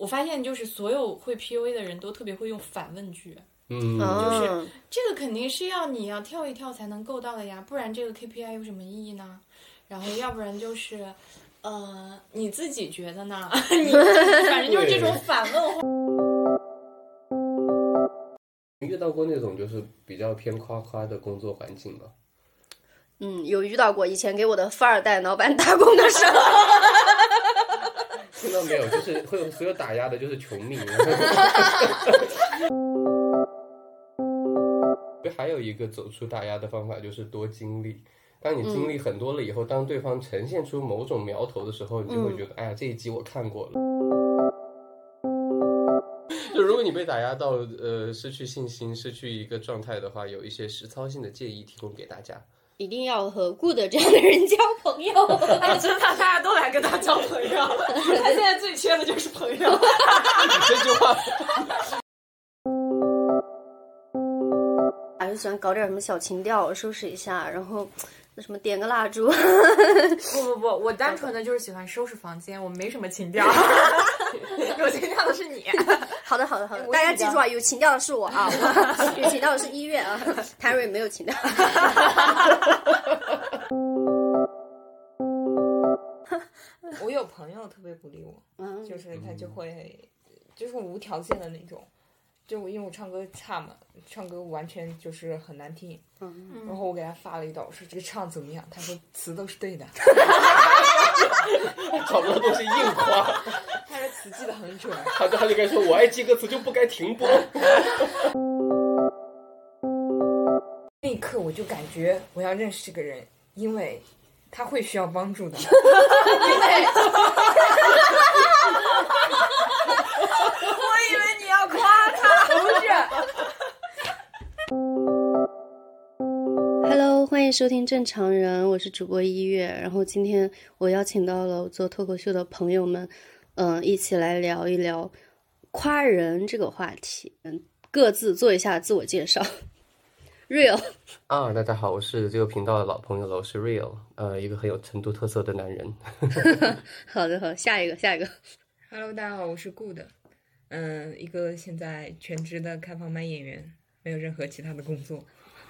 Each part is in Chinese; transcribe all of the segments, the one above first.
我发现就是所有会 PUA 的人都特别会用反问句。 就是这个肯定是你要跳一跳才能够到的呀，不然这个 KPI 有什么意义呢？然后要不然就是你自己觉得呢？你反正就是这种反问话。 遇到过那种就是比较偏夸夸的工作环境吗？ 有遇到过，以前给我的富二代老板打工的时候。 听到没有，就是会有所有打压的就是穷命。还有一个走出打压的方法就是多经历。当你经历很多了以后，当对方呈现出某种苗头的时候，你就会觉得，哎呀，这一集我看过了。就如果你被打压到失去信心、失去一个状态的话，有一些实操性的建议提供给大家。 一定要和 good 这样的人交朋友。 真的，大家都来跟他交朋友。他现在最缺的就是朋友。 这句话。 还是喜欢搞点什么小情调，收拾一下，然后那什么点个蜡烛。 不，我单纯的就是喜欢收拾房间，我没什么情调。有情调的是你。 好的，大家记住啊，有情调的是我啊，有情调的是1月啊，谭瑞没有情调。 我有朋友特别鼓励我，就是他就会，就是无条件的那种。就因为我唱歌差嘛，唱歌完全就是很难听，然后我给他发了一道，我说这个唱怎么样？他说词都是对的， 找不到东西硬夸， 他说词记得很准， 他就该说我爱记歌词就不该停播。 那一刻我就感觉我要认识这个人，因为他会需要帮助的。我以为你要夸他，不是。 Hello， 欢迎收听正常人，我是主播1月。然后今天我邀请到了做脱口秀的朋友们，一起来聊一聊夸人这个话题。各自做一下自我介绍。Real 大家好，我是这个频道的老朋友了，我是 Real， 一个很有成都特色的男人。 好的，下一个。 Hello， 大家好，我是 Good， 一个现在全职的开放麦演员，没有任何其他的工作。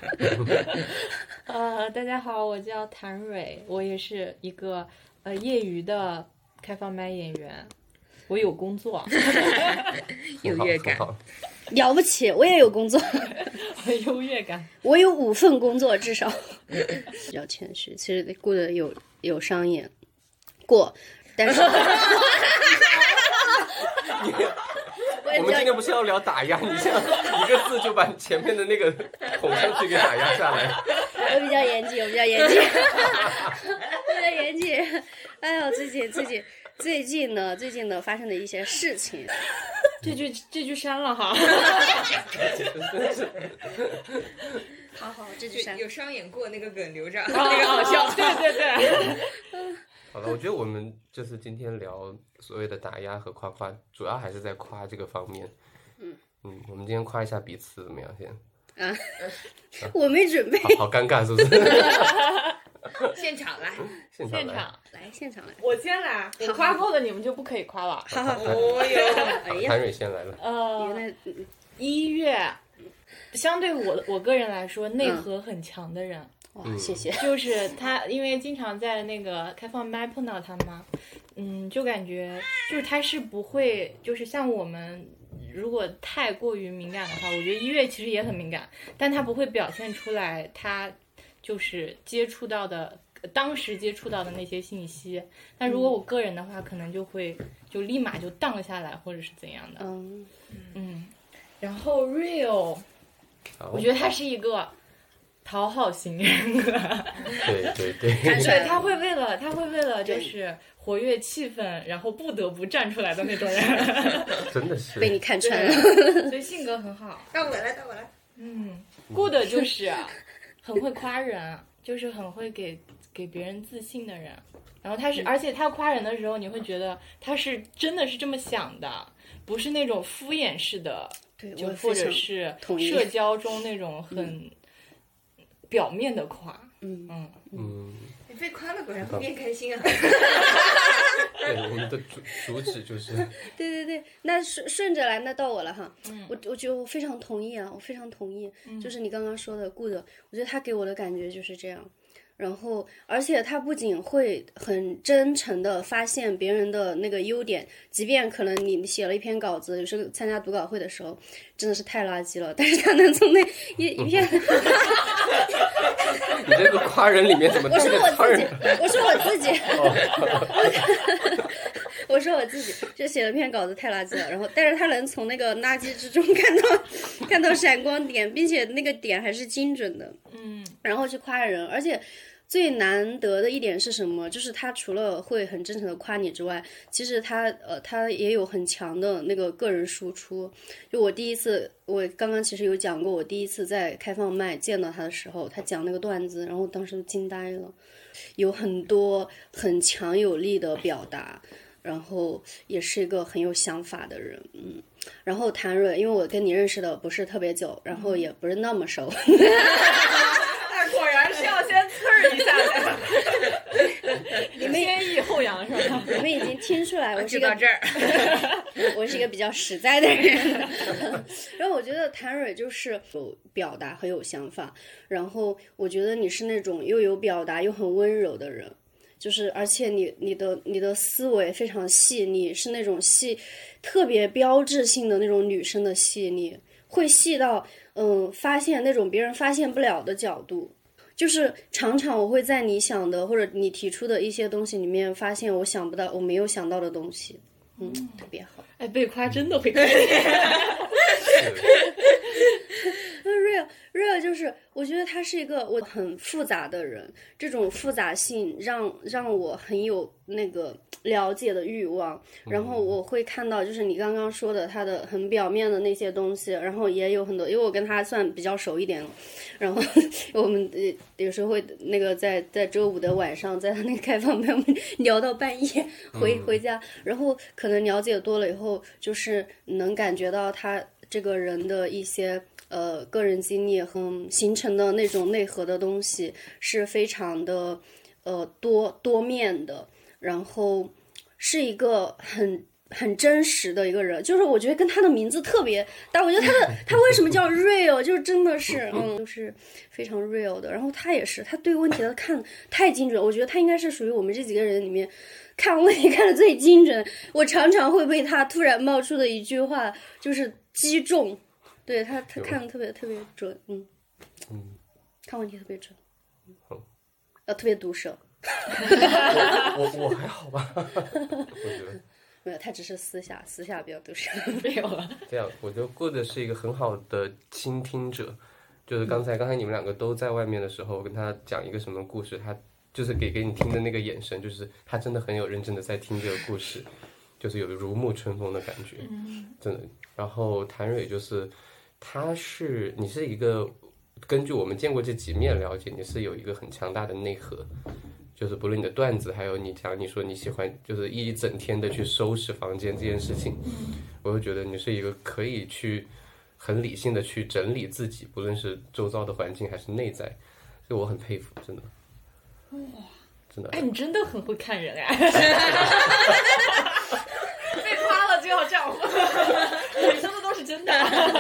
大家好，我叫谭蕊，我也是一个业余的开放麦演员，我有工作。 优越感， 了不起，我也有工作。 优越感， 我有5份工作至少。比较谦虚，其实过得有商演过，但是我们今天不是要聊打压，你这样一个字就把前面的那个捧上去给打压下来。 我比较严谨。哎呦，最近呢发生的一些事情。 这句删了哈。 好，这句删。 有商演过那个梗留着， 那个好笑。对。 好了，我觉得我们就是今天聊所谓的打压和夸夸，主要还是在夸这个方面。我们今天夸一下彼此怎么样？先我没准备。 好尴尬，是不是？ 现场来。 现场来。 我先来，我夸过的你们就不可以夸了。 好。 谭蕊先来了。 原来 1月，相对我个人来说，内核很强的人。 哇，谢谢。 就是他，因为经常在那个开放麦碰到他嘛，就感觉就是他是不会，就是像我们如果太过于敏感的话，我觉得1月其实也很敏感，但他不会表现出来，他就是当时接触到的那些信息。但如果我个人的话，可能就立马就荡下来，或者是怎样的。然后 Real， 我觉得他是一个讨好型人格。 对， 对，他会为了就是活跃气氛，然后不得不站出来的那种人。 真的是被你看穿了。 所以性格很好。 到我来。 Good 就是很会夸人，就是很会给别人自信的人。然后而且他夸人的时候，你会觉得他是真的是这么想的，不是那种敷衍式的，就或者是社交中那种很表面的夸。 你被夸了，果然会变开心啊。 对，我们的主旨就是。 对对对，那顺着来，那到我了哈。我觉得我非常同意啊，我非常同意，就是你刚刚说的 good，我觉得他给我的感觉就是这样。然后，而且他不仅会很真诚的发现别人的那个优点，即便可能你写了一篇稿子，有时候参加读稿会的时候真的是太垃圾了，但是他能从那一篇你这个夸人里面怎么带着夸人？ 我说我自己我说我自己就写了篇稿子太垃圾了，然后但是他能从那个垃圾之中看到闪光点，并且那个点还是精准的，然后去夸人。而且最难得的一点是什么？就是他除了会很真诚的夸你之外，其实他也有很强的那个个人输出。就我刚刚其实有讲过，我第一次在开放麦见到他的时候，他讲那个段子，然后当时惊呆了，有很多很强有力的表达，然后也是一个很有想法的人，然后谭蕊，因为我跟你认识的不是特别久，然后也不是那么熟。 果然是要先刺儿一下的。 你们先抑后扬是吧？ 你们已经听出来我是一个到这儿， 我是一个比较实在的人。然后我觉得谭蕊就是有表达，很有想法。然后我觉得你是那种又有表达又很温柔的人，就是而且你的思维非常细腻，是那种特别标志性的那种女生的细腻，会细到发现那种别人发现不了的角度。就是常常我会在你想的或者你提出的一些东西里面发现我想不到我没有想到的东西，特别好。 哎，被夸真的会 Real 就是我觉得他是一个我很复杂的人，这种复杂性让我很有那个了解的欲望，然后我会看到就是你刚刚说的他的很表面的那些东西，然后也有很多，因为我跟他算比较熟一点了，然后我们有时候会那个在周五的晚上在他那个开放麦我们聊到半夜回家，然后可能了解多了以后就是能感觉到他这个人的一些个人经历和形成的那种内核的东西是非常的多面的，然后是一个很真实的一个人，就是我觉得跟他的名字特别搭。我觉得他为什么叫 real， 就是真的是就是非常 real 的。然后他也是，他对问题的看太精准，我觉得他应该是属于我们这几个人里面看问题看得最精准。我常常会被他突然冒出的一句话就是击中。对他看的特别准，看问题特别准，特别毒舌。 我还好吧，我觉得没有，他只是私下比较毒舌， 没有了。 这样，我觉得good是一个很好的倾听者，就是刚才你们两个都在外面的时候，我跟他讲一个什么故事，他就是给你听的那个眼神，就是他真的很有认真的在听这个故事，就是有如沐春风的感觉，真的。然后谭蕊就是你是一个根据我们见过这几面了解，你是有一个很强大的内核，就是不论你的段子，还有你说你喜欢就是一整天的去收拾房间这件事情，我就觉得你是一个可以去很理性的去整理自己，不论是周遭的环境还是内在，所以我很佩服，真的。 哇， 真的。 哎，你真的很会看人哎。被夸了就要这样，你说的都是真的。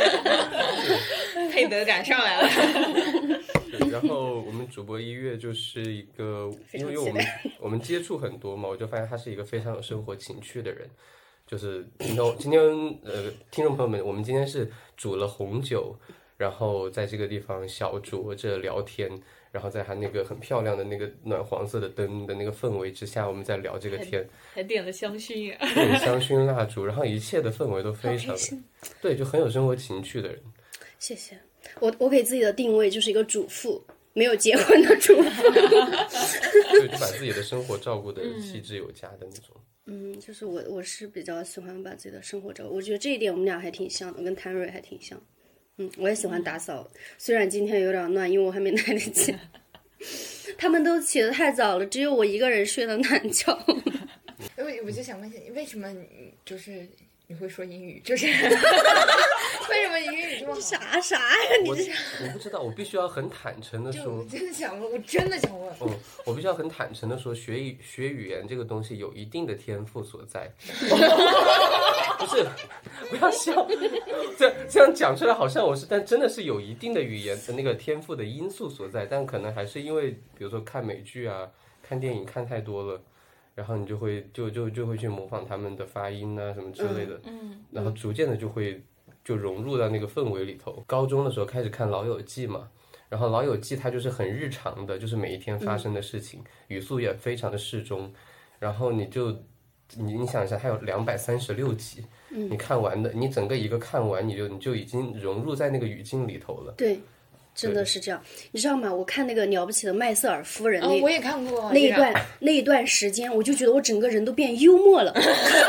配得感上来了。 然后我们主播一月就是一个，因为我们接触很多嘛，我就发现他是一个非常有生活情趣的人。就是今天听众朋友们，我们今天是煮了红酒，然后在这个地方小酌着聊天，然后在他那个很漂亮的那个暖黄色的灯的那个氛围之下，我们在聊这个天， 还点了香薰， 对，香薰蜡烛，然后一切的氛围都非常的，对，就很有生活情趣的人。 谢谢。我给自己的定位就是一个主妇，没有结婚的主妇。 对，就把自己的生活照顾的细致有加的那种。 就是我是比较喜欢把自己的生活照顾，我觉得这一点我们俩还挺像的，我跟谭蕊还挺像。我也喜欢打扫，虽然今天有点乱，因为我还没来得及。他们都起得太早了，只有我一个人睡了懒觉。 我就想问一下，为什么就是你会说英语，就是为什么英语这么好？ 啥呀？你这我不知道，我必须要很坦诚的说， 我真的想问，我真的想问。 我必须要很坦诚的说，学语言这个东西有一定的天赋所在。不是，不要笑，这样讲出来好像我是，但真的是有一定的语言的那个天赋的因素所在，但可能还是因为，比如说看美剧啊、看电影看太多了。然后你就会去模仿他们的发音啊什么之类的，然后逐渐的就融入到那个氛围里头。高中的时候开始看《老友记》嘛，然后《老友记》它就是很日常的，就是每一天发生的事情，语速也非常的适中。然后你想一下，它有236集，你看完的，你整个一个看完，你就已经融入在那个语境里头了。 对。真的是这样，你知道吗？我看那个了不起的麦瑟尔夫人我也看过那一段时间，我就觉得我整个人都变幽默了。真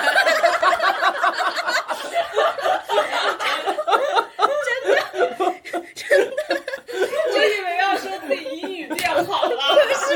的， 我以为要说自己英语变好了，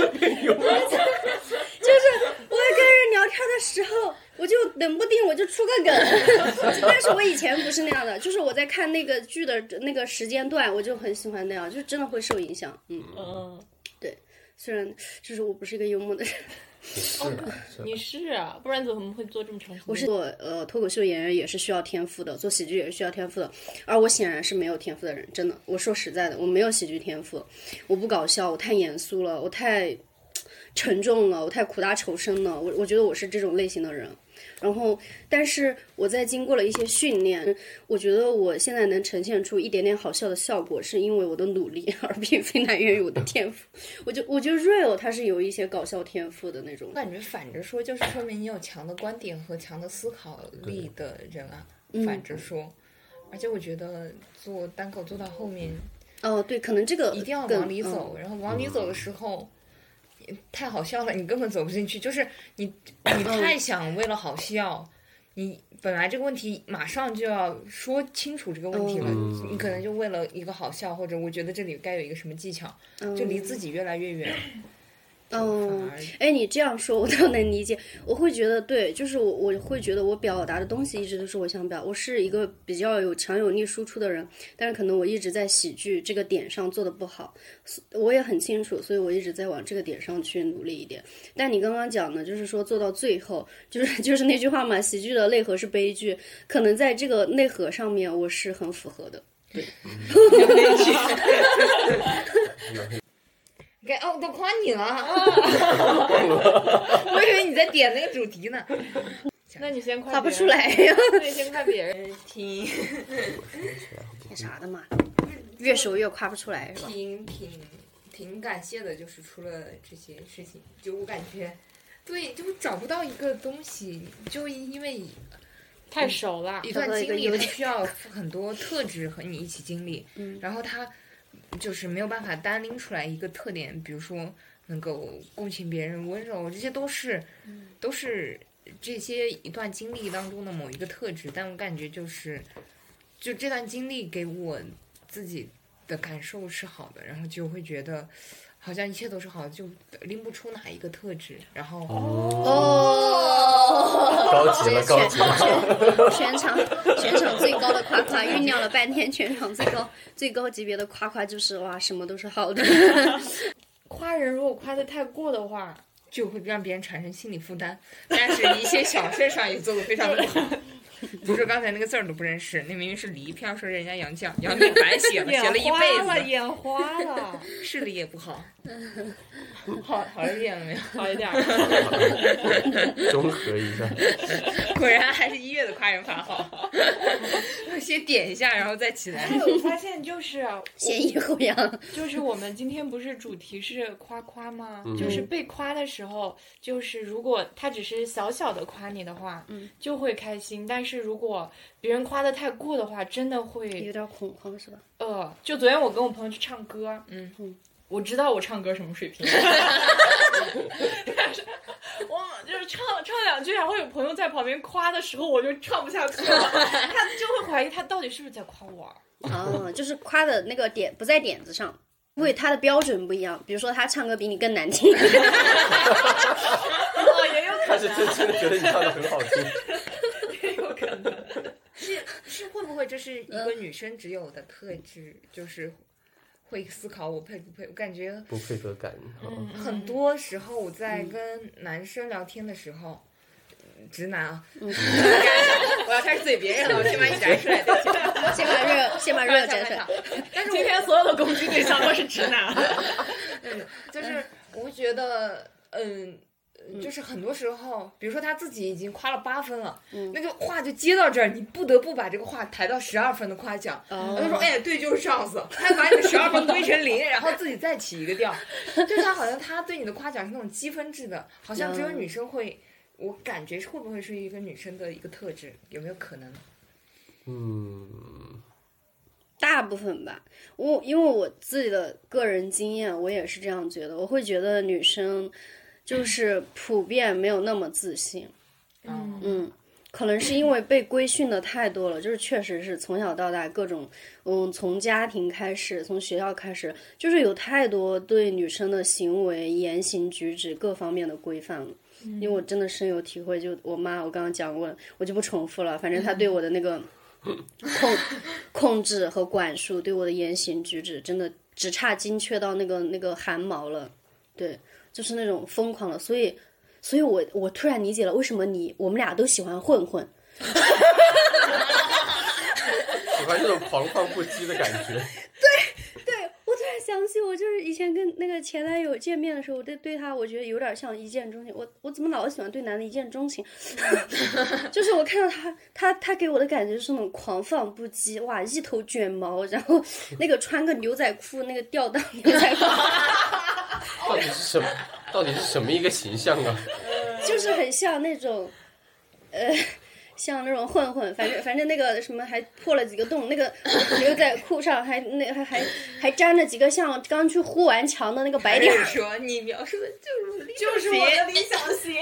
就是我跟人聊天的时候。我就冷不丁我就出个梗，但是我以前不是那样的，就是我在看那个剧的那个时间段，我就很喜欢那样，就真的会受影响。对，虽然就是我不是一个幽默的人。 你是啊，不然怎么会做这么长时间？ 我是做脱口秀演员也是需要天赋的，做喜剧也是需要天赋的，而我显然是没有天赋的人，真的，我说实在的，我没有喜剧天赋，我不搞笑，我太严肃了，我太沉重了，我太苦大仇深了，我觉得我是这种类型的人。然后，但是我在经过了一些训练，我觉得我现在能呈现出一点点好笑的效果，是因为我的努力，而并非来源于我的天赋。我觉得 Real 他是有一些搞笑天赋的那种。 我感觉反着说，就是说明你有强的观点和强的思考力的人啊。反着说，而且我觉得做单口做到后面， 对，可能这个一定要往里走，然后往里走的时候。太好笑了，你根本走不进去。就是你太想为了好笑，你本来这个问题马上就要说清楚这个问题了，你可能就为了一个好笑，或者我觉得这里该有一个什么技巧，就离自己越来越远。 你这样说我倒能理解，我会觉得对，就是我会觉得我表达的东西一直都是我想表，我是一个比较有强有力输出的人，但是可能我一直在喜剧这个点上做的不好，我也很清楚，所以我一直在往这个点上去努力一点。但你刚刚讲的就是说做到最后，就是那句话嘛，喜剧的内核是悲剧，可能在这个内核上面我是很符合的。对， 都夸你了，我以为你在点那个主题呢。 那你先夸不出来呀， 那你先夸别人听啥的嘛，越说越夸不出来是吧？ 挺感谢的，就是出了这些事情，就我感觉，对，就找不到一个东西，就因为太熟了， 一段经历它需要很多特质和你一起经历，然后它就是没有办法单拎出来一个特点，比如说能够共情别人、温柔，这些都是这些一段经历当中的某一个特质。但我感觉就这段经历给我自己的感受是好的，然后就会觉得好像一切都是好的，就拎不出哪一个特质，然后高级了， 全场最高的夸夸，酝酿了半天，全场最高级别的夸夸就是哇，什么都是好的。 夸人如果夸得太过的话， 就会让别人产生心理负担，但是一些小事上也做得非常的好。比如说刚才那个字儿都不认识，那明明是梨，偏要说人家杨绛，杨幂白写了，写了一辈子， 眼花了， 视力也不好。好一点了没有？ 好一点， 综合一下。 果然还是1月的夸人法好。先点一下，然后再起来。 我发现就是先抑后扬， 就是我们今天不是主题是夸吗？就是被夸的时候，就是如果他只是小小的夸你的话，就会开心。但是如果别人夸得太过的话，真的会有点恐慌，是吧？ 就昨天我跟我朋友去唱歌，我知道我唱歌什么水平，但是我就是唱2句，然后有朋友在旁边夸的时候，我就唱不下去了，他就会怀疑他到底是不是在夸我。 就是夸的那个点不在点子上，因为他的标准不一样。比如说他唱歌比你更难听， 也有可能， 他是真的觉得你唱的很好听， 也有可能。 这是一个女生只有的特质，就是会思考我配不配。我感觉不配得感。 很多时候我在跟男生聊天的时候，直男啊，我要开始怼别人了，我先把你摘出来， 先把热摘出来。 但是今天所有的攻击对象都是直男。 就是我会觉得，就是很多时候，比如说他自己已经夸了8分了，那个话就接到这儿，你不得不把这个话抬到12分的夸奖。他就说：“哎，对，就是这样子。”他把你的12分归成0，然后自己再起一个调，就是他好像他对你的夸奖是那种积分制的，好像只有女生会。我感觉会不会是一个女生的一个特质？有没有可能？ 大部分吧。因为我自己的个人经验，我也是这样觉得。我会觉得女生就是普遍没有那么自信。可能是因为被规训的太多了，就是确实是从小到大各种，从家庭开始，从学校开始，就是有太多对女生的行为、言行举止各方面的规范了。因为我真的深有体会，就我妈，我刚刚讲过，我就不重复了。反正她对我的那个控制和管束，对我的言行举止，真的只差精确到那个汗毛了。对，就是那种疯狂的。所以我突然理解了为什么我们俩都喜欢混混。 喜欢这种狂放不羁的感觉。 对，我突然想起，我就是以前跟那个前男友见面的时候，我对他，我觉得有点像一见钟情。我怎么老喜欢对男的一见钟情？就是我看到他给我的感觉是那种狂放不羁，哇，一头卷毛，然后那个穿个牛仔裤，那个吊带牛仔裤， 到底是什么一个形象啊？ 就是很像那种，像那种混混，反正那个什么还破了几个洞，那个牛仔裤上还粘了几个像刚去呼完墙的那个白点儿。 说你描述的就是我的理想型。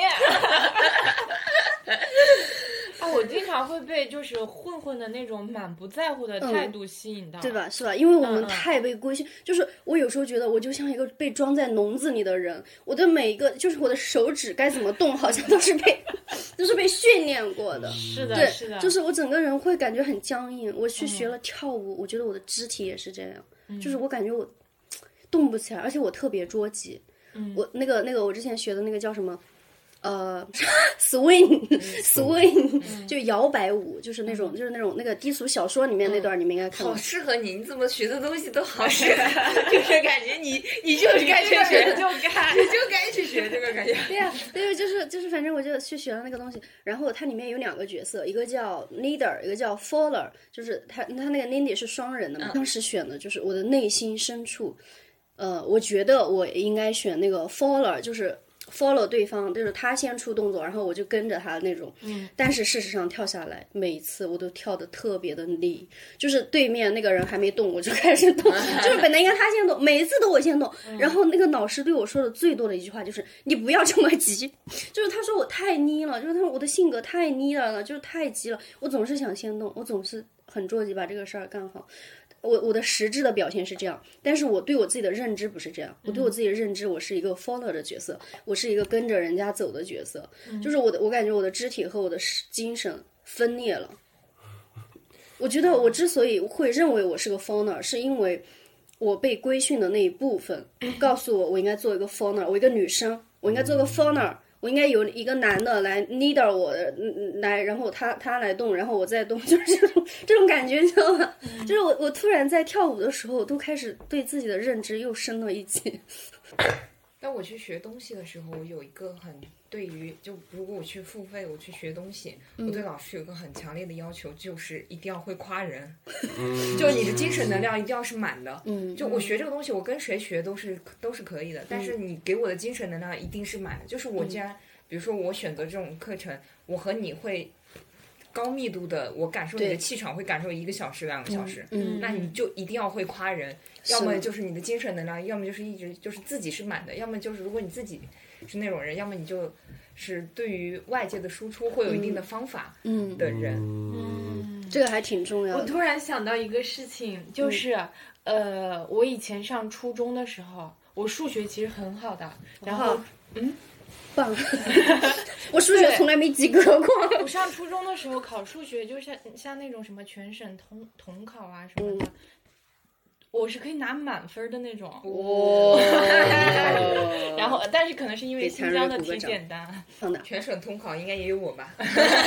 我经常会被就是混混的那种满不在乎的态度吸引到， 对吧？是吧？因为我们太被规训，就是我有时候觉得我就像一个被装在笼子里的人，我的每一个就是我的手指该怎么动，好像都是被训练过的。 是的， 对， 是的， 就是我整个人会感觉很僵硬。我去学了跳舞，我觉得我的肢体也是这样，就是我感觉我动不起来，而且我特别捉急。我那个我之前学的那个叫什么swing， 就摇摆舞，就是那种那个低俗小说里面那段，你们应该看过。 好适合你，你怎么学的东西都好适合，就是感觉你就是该去学，你就该去学这个感觉。 对呀，对，就是反正我就去学了那个东西，然后它里面有2个角色，一个叫 leader， 一个叫 follower， 就是他那个 Lindy 是双人的嘛。当时选的就是我的内心深处，我觉得我应该选那个 follower， 就是。follow 对方，就是他先出动作，然后我就跟着他那种。但是事实上跳下来，每一次我都跳得特别的力，就是对面那个人还没动，我就开始动，就是本来应该他先动，每一次都我先动。然后那个老师对我说的最多的一句话就是：“你不要这么急。”就是他说我太妮了，就是他说我的性格太妮了，就是太急了，我总是想先动，我总是很着急把这个事儿干好。我的实质的表现是这样，但是我对我自己的认知不是这样。我对我自己的认知，我是一个 follow 的角色，我是一个跟着人家走的角色。就是我感觉我的肢体和我的精神分裂了。我觉得我之所以会认为我是个 follower， 是因为我被规训的那一部分告诉我应该做一个 follower， 我一个女生，我应该做个 follower。我应该有一个男的来 leader 我来，然后他来动，然后我再动，就是这种感觉，你知道吗？就是我突然在跳舞的时候，都开始对自己的认知又深了一级。 当我去学东西的时候，我有一个对于就如果我去付费，我去学东西，我对老师有一个很强烈的要求，就是一定要会夸人。就你的精神能量一定要是满的。就我学这个东西，我跟谁学都是可以的，但是你给我的精神能量一定是满的。就是我既然比如说我选择这种课程，我和你会高密度的，我感受你的气场会感受1个小时2个小时，那你就一定要会夸人，要么就是你的精神能量，要么就是一直就是自己是满的，要么就是如果你自己是那种人，要么你就是对于外界的输出会有一定的方法的人。 这个还挺重要的。 我突然想到一个事情，就是我以前上初中的时候，我数学其实很好的，然后棒！我数学从来没及格过。 我上初中的时候考数学，就像那种什么全省统考啊什么的，我是可以拿满分的那种。 哇！ 然后，但是可能是因为新疆的题简单。 全省统考应该也有我吧？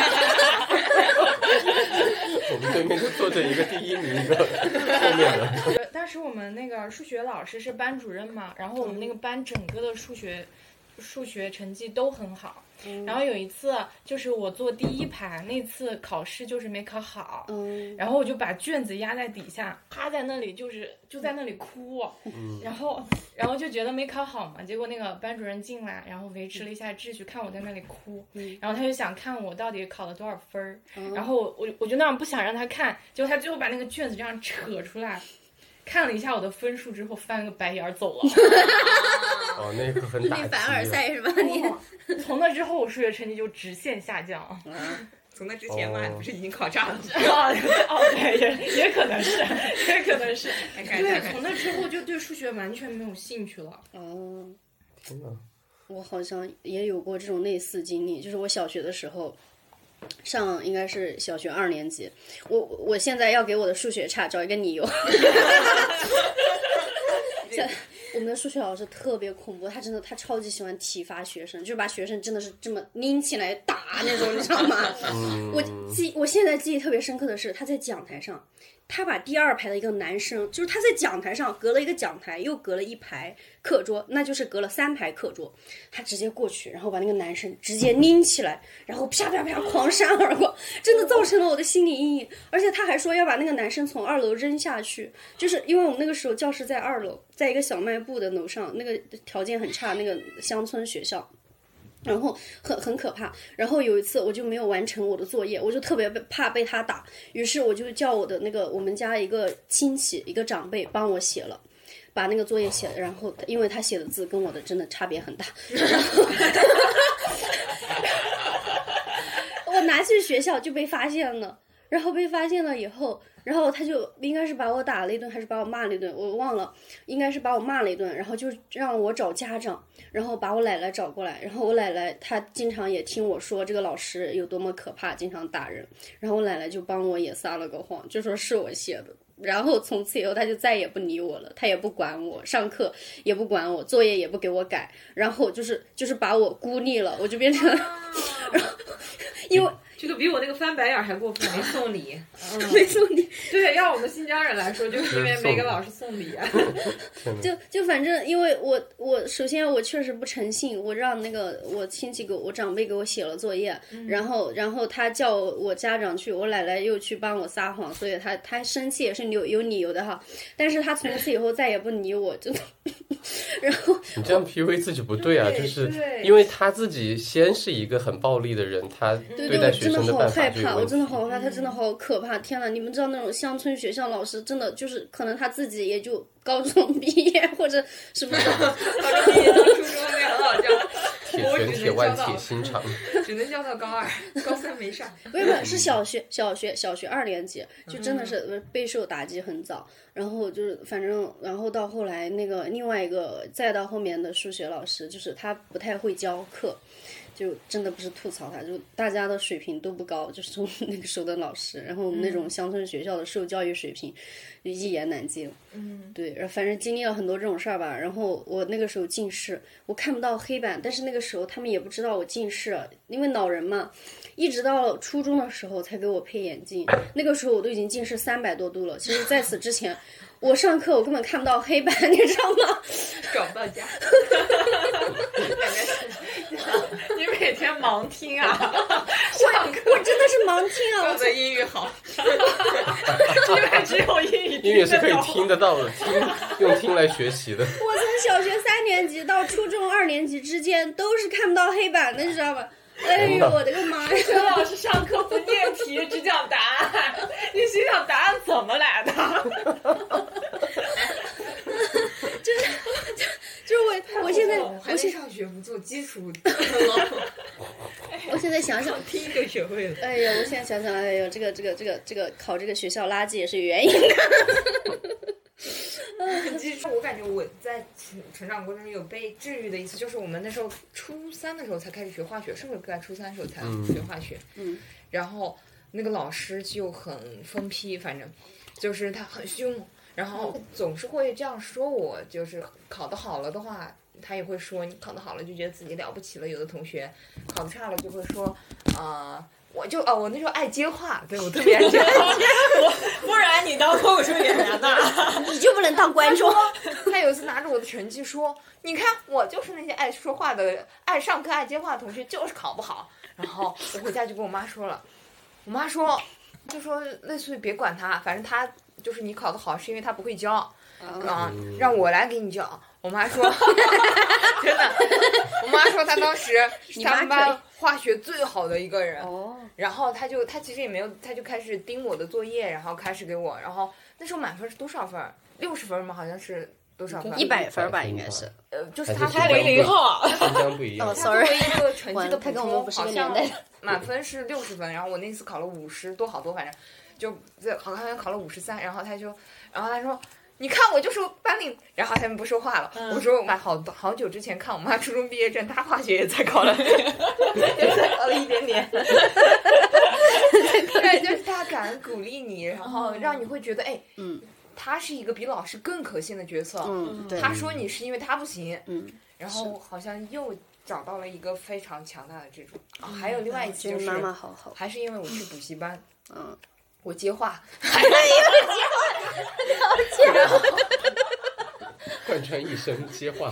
我们对面就坐着一个第一名，一个后面的。 当时我们那个数学老师是班主任嘛，然后我们那个班整个的数学成绩都很好。然后有一次就是我坐第一排，那次考试就是没考好，然后我就把卷子压在底下，趴在那里就在那里哭，然后就觉得没考好嘛，结果那个班主任进来，然后维持了一下秩序，看我在那里哭，然后他就想看我到底考了多少分，然后我就那样不想让他看，结果他最后把那个卷子这样扯出来，看了一下我的分数之后，翻了个白眼走了。 哦，那个很打击。 凡尔赛是吧？你从那之后，我数学成绩就直线下降。 从那之前嘛，不是已经考差了？ 对，也可能是，也可能是。对，从那之后就对数学完全没有兴趣了。 哦， 天哪！ 我好像也有过这种类似经历，就是我小学的时候。上应该是小学2年级，我现在要给我的数学差找一个理由。我们的数学老师特别恐怖，他超级喜欢体罚学生，就是把学生真的是这么拎起来打那种，你知道吗？我现在记忆特别深刻的是，他在讲台上，他把第2排的一个男生，就是他在讲台上隔了一个讲台，又隔了1排课桌，那就是隔了3排课桌，他直接过去，然后把那个男生直接拎起来，然后啪啪啪狂扇而过，真的造成了我的心理阴影。而且他还说要把那个男生从2楼扔下去，就是因为我们那个时候教室在2楼，在一个小卖部的楼上，那个条件很差，那个乡村学校。然后很可怕，然后有一次我就没有完成我的作业，我就特别怕被他打，于是我就叫我的那个我们家一个亲戚一个长辈帮我写了，把那个作业写了，然后因为他写的字跟我的真的差别很大，然后我拿去学校就被发现了，然后被发现了以后，然后他就应该是把我打了一顿还是把我骂了一顿，我忘了，应该是把我骂了一顿，然后就让我找家长，然后把我奶奶找过来，然后我奶奶她经常也听我说这个老师有多么可怕，经常打人，然后我奶奶就帮我也撒了个谎，就说是我写的，然后从此以后他就再也不理我了，他也不管我，上课也不管我，作业也不给我改，然后就是把我孤立了，我就变成然后因为这个比我那个翻白眼还过分，没送礼， 没送礼。 对，要我们新疆人来说，就是因为没给老师送礼。 就反正因为我首先我确实不诚信，我让那个我亲戚我长辈给我写了作业，然后他叫我家长去，我奶奶又去帮我撒谎，所以他生气也是有理由的哈。但是他从此以后再也不理我，真的。然后你这样 PUA 自己不对啊，就是因为他自己先是一个很暴力的人，他对待学生的办法就有问题。 我真的好害怕，他真的好可怕！天哪，你们知道那种乡村学校老师真的就是可能他自己也就高中毕业或者什么高中毕业到初中那很好教， 铁拳铁腕铁心肠， 只能教到高2，高3没上。 不是是小学2年级，就真的是备受打击很早。然后就是反正，然后到后来那个另外一个再到后面的数学老师，就是他不太会教课。就真的不是吐槽他，就大家的水平都不高，就是从那个时候的老师，然后我们那种乡村学校的受教育水平就一言难尽。对，反正经历了很多这种事儿吧。然后我那个时候近视，我看不到黑板，但是那个时候他们也不知道我近视，因为老人嘛，一直到了初中的时候才给我配眼镜。那个时候我都已经近视300多度了。其实在此之前，我上课我根本看不到黑板，你知道吗？ 找不到家。你每天盲听啊？上课我真的是盲听啊！ 我的英语好， 因为只有英语是可以听得到的，用听来学习的。 我从小学3年级到初中2年级之间都是看不到黑板的，你知道吗？哎呦，我的个妈呀！ 陈老师上课不念题，只讲答案，你心想答案怎么来的？就是我现在还在上学不做基础， 我现在想想听就学会了。 哎呀，我现在想想，哎呦，这个考这个学校垃圾也是有原因的。 其实我感觉我在成长过程中有被治愈的意思，就是我们那时候初3的时候才开始学化学，是不是在初3的时候才学化学？然后那个老师就很疯批，反正就是他很凶，然后总是会这样说我，就是考得好了的话，他也会说你考得好了就觉得自己了不起了，有的同学考得差了就会说我那时候爱接话，对我特别爱接话， 不然你当脱口秀演员呢？ 你就不能当观众？ 他有一次拿着我的成绩说：“你看，我就是那些爱说话的、爱上课、爱接话的同学，就是考不好。”然后我回家就跟我妈说了，我妈说类似于别管他，反正他就是你考得好是因为他不会教，让我来给你教。我妈说，真的，我妈说她当时是他们班化学最好的一个人，然后她其实也没有，她就开始盯我的作业，然后开始给我，然后那时候满分是多少分？60分吗？好像是多少分 ？100分吧，应该是。 就是他 00号， 新疆不一样。 他作为一个成绩的补充， 好像满分是60分，然后我那次考了50多，好多，反正就好像考了53，然后他说。你看我就说班里，然后他们不说话了。我说我妈好久之前看我妈初中毕业证，她化学也才考了，也才考了一点点。对，就是他敢鼓励你，然后让你会觉得，他是一个比老师更可信的角色。 对。 他说你是因为他不行。然后好像又找到了一个非常强大的这种。还有另外一次就是妈妈好， 还是因为我去补习班。我接话， 贯穿一生接话。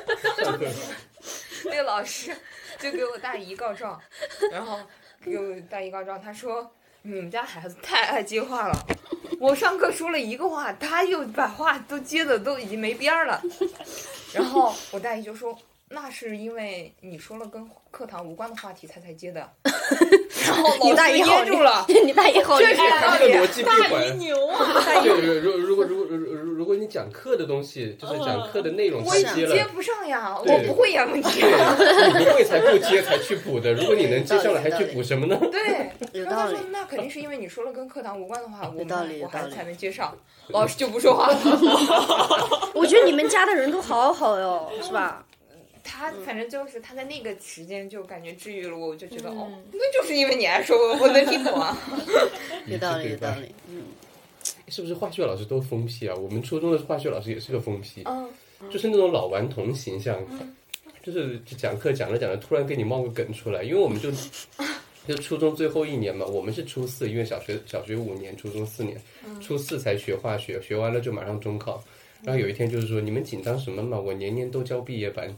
那个老师就给我大姨告状，然后给我大姨告状，他说你们家孩子太爱接话了，我上课说了一个话，他又把话都接的都已经没边儿了。然后我大姨就说那是因为你说了跟课堂无关的话题才接的。然后你大姨噎住了， 你大姨好厉害， 这个逻辑闭环。 大姨牛啊！ 对，如果你讲课的东西，就是讲课的内容我才接了， 接不上呀，我不会呀，问题。 你不会才不接才去补的，如果你能接上来还去补什么呢？ 对， 有道理。 那肯定是因为你说了跟课堂无关的话，我孩子才能接上， 嗯老师就不说话了。 我觉得你们家的人都好好哟，是吧？ 他反正就是他在那个时间就感觉治愈了我，我就觉得那就是因为你爱说，我能听懂啊。 有道理，有道理。 是不是化学老师都疯批啊？我们初中的化学老师也是个疯批，就是那种老顽童形象，就是讲课讲着突然给你冒个梗出来，因为我们就初中最后一年嘛，我们是初4，因为小学5年，初中4年，初4才学化学，学完了就马上中考。然后有一天就是说你们紧张什么嘛？我年年都交毕业班。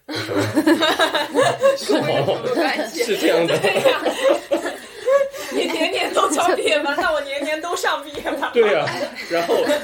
是是这样的。 你年年都交毕业班，那我年年都上毕业班。 对呀，然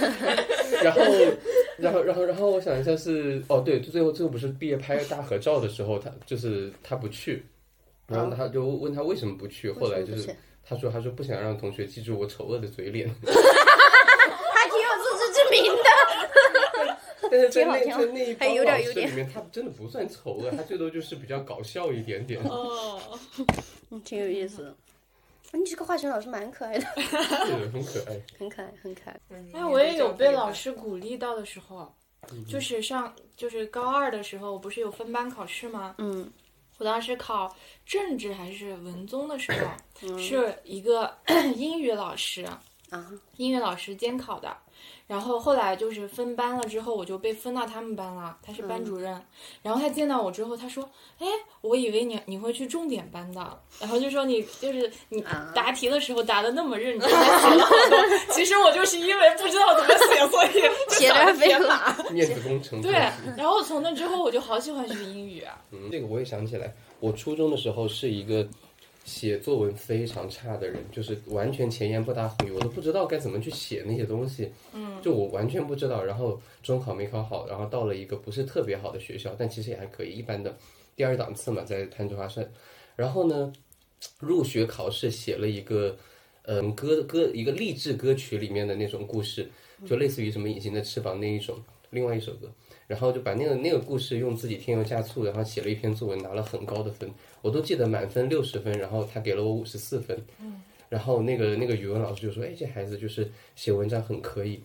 后我想一下是对，最后不是毕业拍大合照的时候，他不去，然后他就问他为什么不去，后来就是他说不想让同学记住我丑恶的嘴脸。 还挺有自知之明的。 但是在那一帮老师里面，他真的不算丑恶，他最多就是比较搞笑一点点。 挺有意思的。你这个化学老师蛮可爱的。 对，很可爱， 很可爱，很可爱。 哎，我也有被老师鼓励到的时候，就是高2的时候，我不是有分班考试吗？我当时考政治还是文综的时候，是一个英语老师英语老师监考的。然后后来就是分班了之后，我就被分到他们班了，他是班主任。然后他见到我之后，他说：“哎，我以为你会去重点班的。”然后就说你答题的时候答得那么认真，写了好多。其实我就是因为不知道怎么写，所以写的非常面子工程。 对，然后从那之后我就好喜欢学英语。 这个我也想起来，我初中的时候是一个写作文非常差的人，就是完全前言不搭后语，我都不知道该怎么去写那些东西。就我完全不知道。然后中考没考好，然后到了一个不是特别好的学校，但其实也还可以，一般的第2档次嘛，在攀枝花顺。然后呢，入学考试写了一个一个励志歌曲里面的那种故事，就类似于什么隐形的翅膀那一种，另外一首歌。然后就把那个故事用自己添油加醋，然后写了一篇作文，拿了很高的分，我都记得满分60分，然后他给了我54分。然后那个语文老师就说：“哎，这孩子就是写文章很可以。”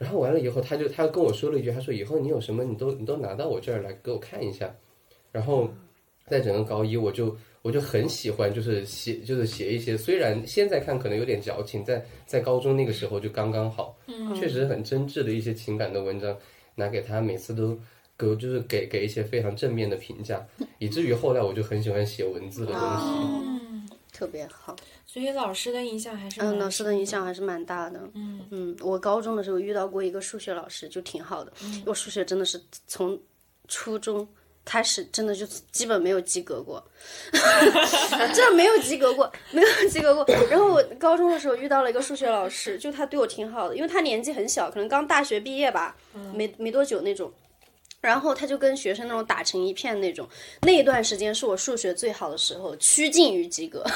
然后完了以后，他跟我说了一句，他说以后你有什么你都拿到我这儿来给我看一下。然后在整个高一，我就很喜欢就是写一些，虽然现在看可能有点矫情，在高中那个时候就刚刚好，确实很真挚的一些情感的文章拿给他，每次都就是给一些非常正面的评价，以至于后来我就很喜欢写文字的东西。 特别好。 所以老师的影响还是老师的影响还是蛮大的。我高中的时候遇到过一个数学老师，就挺好的。我数学真的是从初中开始，真的就基本没有及格过，真的没有及格过。然后我高中的时候遇到了一个数学老师，就他对我挺好的，因为他年纪很小，可能刚大学毕业吧，没多久那种。然后他就跟学生那种打成一片那种，那一段时间是我数学最好的时候，趋近于及格。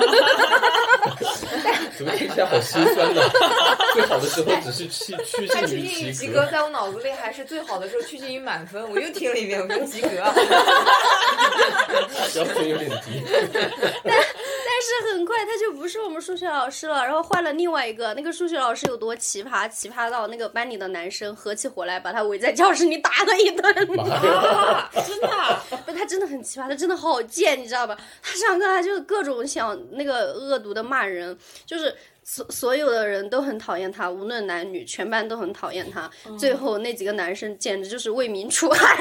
怎么听起来好心酸呢？最好的时候只是趋近于及格， 在我脑子里还是最好的时候趋近于满分。我又听了一遍，我说及格， 标准有点低。 但是很快他就不是我们数学老师了，然后换了另外一个。那个数学老师有多奇葩？奇葩到那个班里的男生合起伙来把他围在教室里打了一顿。 真的？ 不，他真的很奇葩，他真的好贱，你知道吧？他上课他就各种想那个恶毒的骂人，就是所有的人都很讨厌他，无论男女，全班都很讨厌他。最后那几个男生简直就是为民除害。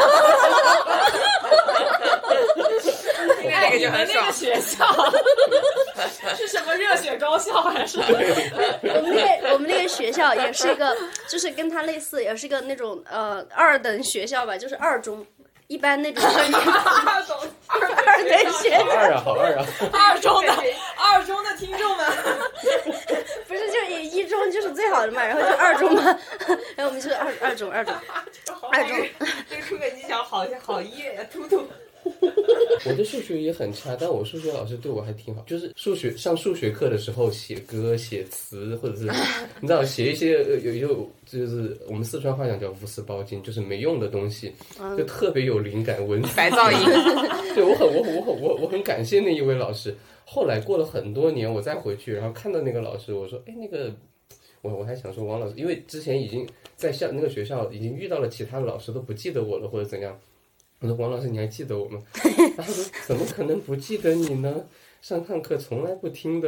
那个就很爽。 那个学校是什么热血高校还是？ 我们那个学校也是一个，就是跟他类似，也是一个那种二等学校吧，就是二中。一般那种二等学校， 好二啊！ 二中的听众们， 不是就是一中就是最好的嘛，然后就二中嘛，然后我们就是二中。 这个数学技巧好野呀，突突。 我的数学也很差，但我数学老师对我还挺好，就是上数学课的时候写歌写词，或者是你知道写一些就是我们四川话讲叫无私包金，就是没用的东西，就特别有灵感，文字白噪音。 对，我很感谢那一位老师。后来过了很多年，我再回去，然后看到那个老师，我说，哎，那个我还想说王老师，因为之前已经在那个学校已经遇到了其他的老师都不记得我了，或者怎样。我说王老师你还记得我吗？他说怎么可能不记得你呢？上课从来不听的。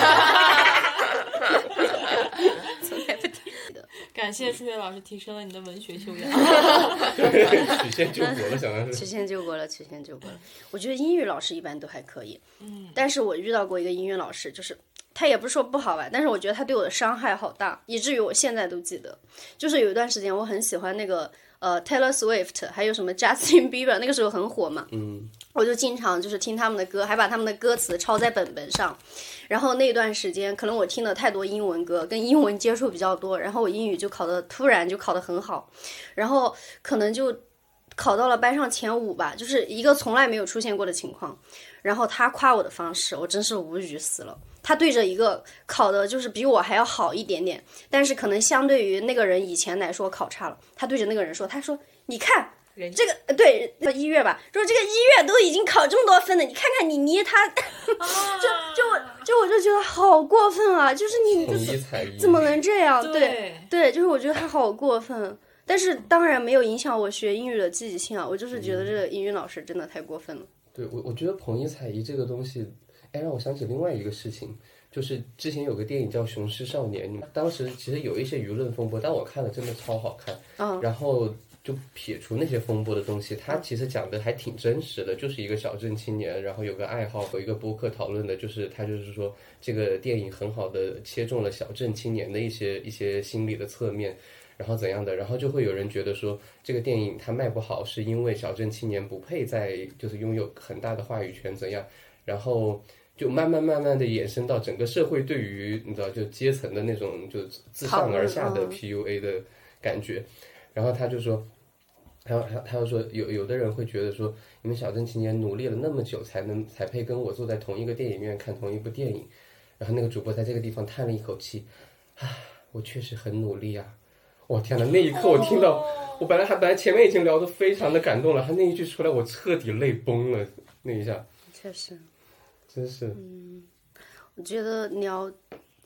感谢数学老师提升了你的文学修养。 曲线救国了，想的是。 曲线救国了。我觉得英语老师一般都还可以，但是我遇到过一个英语老师，就是他也不是说不好吧，但是我觉得他对我的伤害好大，以至于我现在都记得。就是有一段时间我很喜欢那个Taylor Swift， 还有什么 Justin Bieber， 那个时候很火嘛，我就经常就是听他们的歌，还把他们的歌词抄在本上。然后那段时间可能我听了太多英文歌，跟英文接触比较多，然后我英语就突然就考得很好，然后可能就考到了班上前5吧，就是一个从来没有出现过的情况。然后他夸我的方式，我真是无语死了。他对着一个考的就是比我还要好一点点，但是可能相对于那个人以前来说考差了，他对着那个人说，他说你看这个对1月吧，说这个1月都已经考这么多分了，你看看你捏他，我就觉得好过分啊！就是你怎么能这样？对，就是我觉得他好过分。但是当然没有影响我学英语的积极性啊，我就是觉得这个英语老师真的太过分了。 对，我觉得捧一踩一这个东西，哎，让我想起另外一个事情，就是之前有个电影叫《雄狮少年》，当时其实有一些舆论风波，但我看了真的超好看。然后就撇除那些风波的东西，他其实讲的还挺真实的，就是一个小镇青年，然后有个爱好，有一个播客讨论的，就是他就是说这个电影很好的切中了小镇青年的一些心理的侧面。然后怎样的，然后就会有人觉得说这个电影它卖不好是因为小镇青年不配在就是拥有很大的话语权怎样，然后就慢慢的衍生到整个社会对于你知道就阶层的那种就自上而下的 PUA 的感觉。然后他就说他又说有的人会觉得说你们小镇青年努力了那么久才配跟我坐在同一个电影院看同一部电影。然后那个主播在这个地方叹了一口气，我确实很努力啊。我天哪！那一刻我听到，我本来前面已经聊得非常的感动了，他那一句出来，我彻底泪崩了。那一下， 确实， 真是。 我觉得你要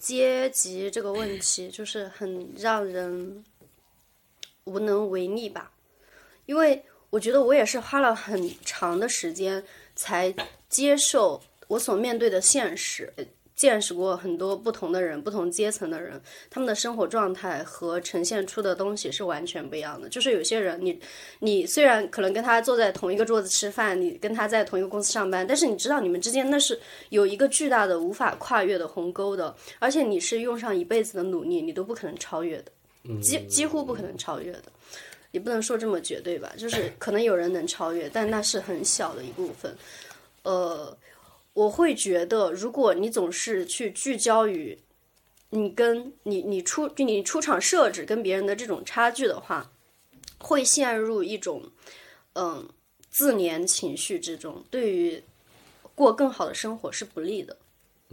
阶级这个问题就是很让人无能为力吧，因为我觉得我也是花了很长的时间才接受我所面对的现实，见识过很多不同的人，不同阶层的人，他们的生活状态和呈现出的东西是完全不一样的。就是有些人你虽然可能跟他坐在同一个桌子吃饭，你跟他在同一个公司上班，但是你知道你们之间那是有一个巨大的无法跨越的鸿沟的，而且你是用上一辈子的努力你都不可能超越的，几乎不可能超越的。也不能说这么绝对吧，就是可能有人能超越，但那是很小的一部分。我会觉得，如果你总是去聚焦于你跟你出场设置跟别人的这种差距的话，会陷入一种自怜情绪之中，对于过更好的生活是不利的。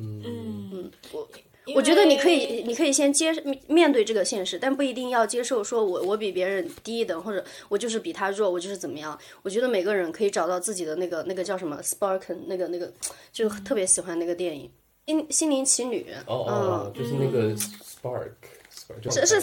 我觉得你可以先面对这个现实，但不一定要接受说我比别人低一等，或者我就是比他弱，我就是怎么样。我觉得每个人可以找到自己的那个叫什么 Spark， 那个就特别喜欢那个电影心灵奇旅。 就是那个 Spark， 是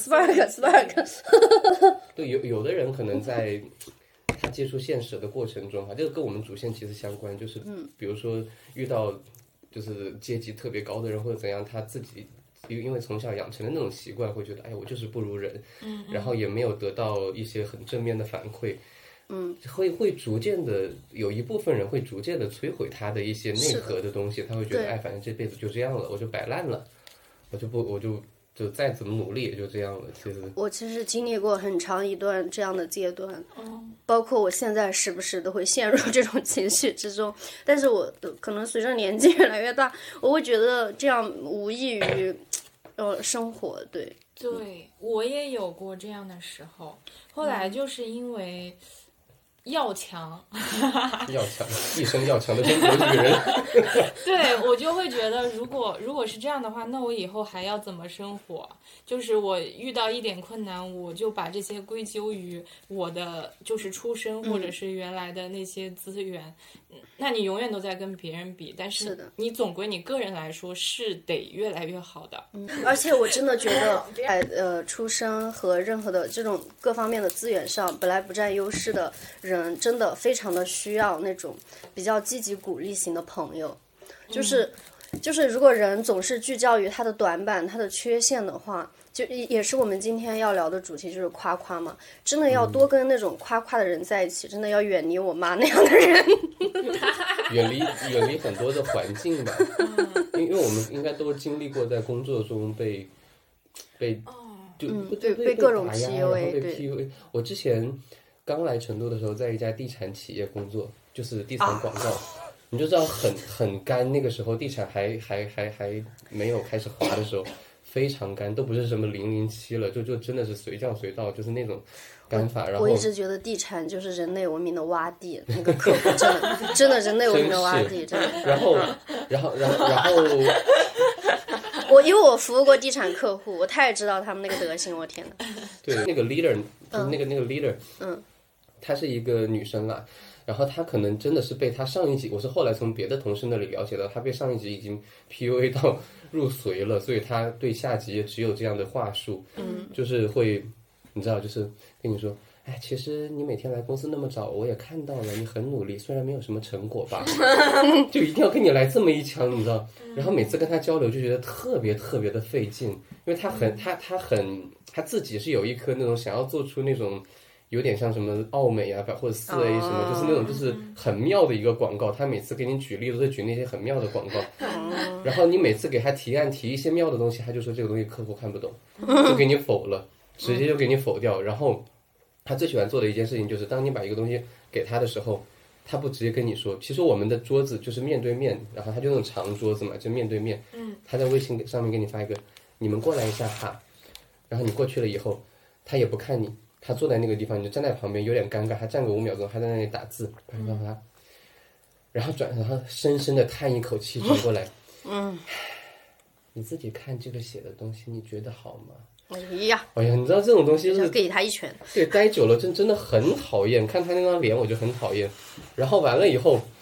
Spark。 对，有的人可能在他接触现实的过程中，这个跟我们主线其实相关，就是比如说遇到就是阶级特别高的人或者怎样，他自己因为从小养成的那种习惯，会觉得哎，我就是不如人，然后也没有得到一些很正面的反馈，会逐渐的有一部分人会逐渐的摧毁他的一些内核的东西，他会觉得哎，反正这辈子就这样了，我就摆烂了，我就再怎么努力也就这样了。我其实经历过很长一段这样的阶段，包括我现在时不时都会陷入这种情绪之中，但是我可能随着年纪越来越大，我会觉得这样无异于生活。对， 我也有过这样的时候，后来就是因为要强一生要强的中国女人。 对，我就会觉得如果是这样的话，那我以后还要怎么生活？就是我遇到一点困难，我就把这些归咎于我的就是出身或者是原来的那些资源，那你永远都在跟别人比，但是你总归你个人来说是得越来越好的。 而且我真的觉得在出身和任何的这种各方面的资源上本来不占优势的人，真的非常的需要那种比较积极鼓励型的朋友。就是如果人总是聚焦于他的短板他的缺陷的话，就也是我们今天要聊的主题，就是夸夸嘛。真的要多跟那种夸夸的人在一起，真的要远离我妈那样的人。 远离很多的环境吧。因为我们应该都经历过在工作中被各种打压， PUA， 然后被 PUA。我之前刚来成都的时候，在一家地产企业工作，就是地产广告。你就知道很干，那个时候地产还没有开始滑的时候，非常干，都不是什么007了，就真的是随叫随到，就是那种干法。然后我一直觉得地产就是人类文明的洼地，那个客户真的人类文明的洼地，真的。 然后因为我服务过地产客户，我太知道他们那个德行，我天哪！ 对，那个 leader， 那个 leader，她是一个女生啦。然后他可能真的是被他上一级，我是后来从别的同事那里了解到，他被上一级已经 PUA 到入髓了，所以他对下级也只有这样的话术，就是会，你知道，就是跟你说，哎，其实你每天来公司那么早，我也看到了，你很努力，虽然没有什么成果吧，就一定要跟你来这么一枪，你知道？然后每次跟他交流就觉得特别特别的费劲，因为他自己是有一颗那种想要做出那种。有点像什么奥美啊，或者4A 什么，就是那种就是很妙的一个广告。他每次给你举例都是举那些很妙的广告，然后你每次给他提案提一些妙的东西，他就说这个东西客户看不懂，就给你否了，直接就给你否掉。然后他最喜欢做的一件事情就是，当你把一个东西给他的时候，他不直接跟你说，其实我们的桌子就是面对面，然后他就那种长桌子嘛，就面对面。他在微信上面给你发一个，你们过来一下哈，然后你过去了以后，他也不看你。他坐在那个地方，你就站在旁边，有点尴尬。他站个5秒钟，还在那里打字，然后深深的叹一口气，转过来，你自己看这个写的东西，你觉得好吗？ 哎呀， 你知道这种东西就是给他一拳。 对，待久了真的很讨厌，看他那张脸我就很讨厌。然后完了以后，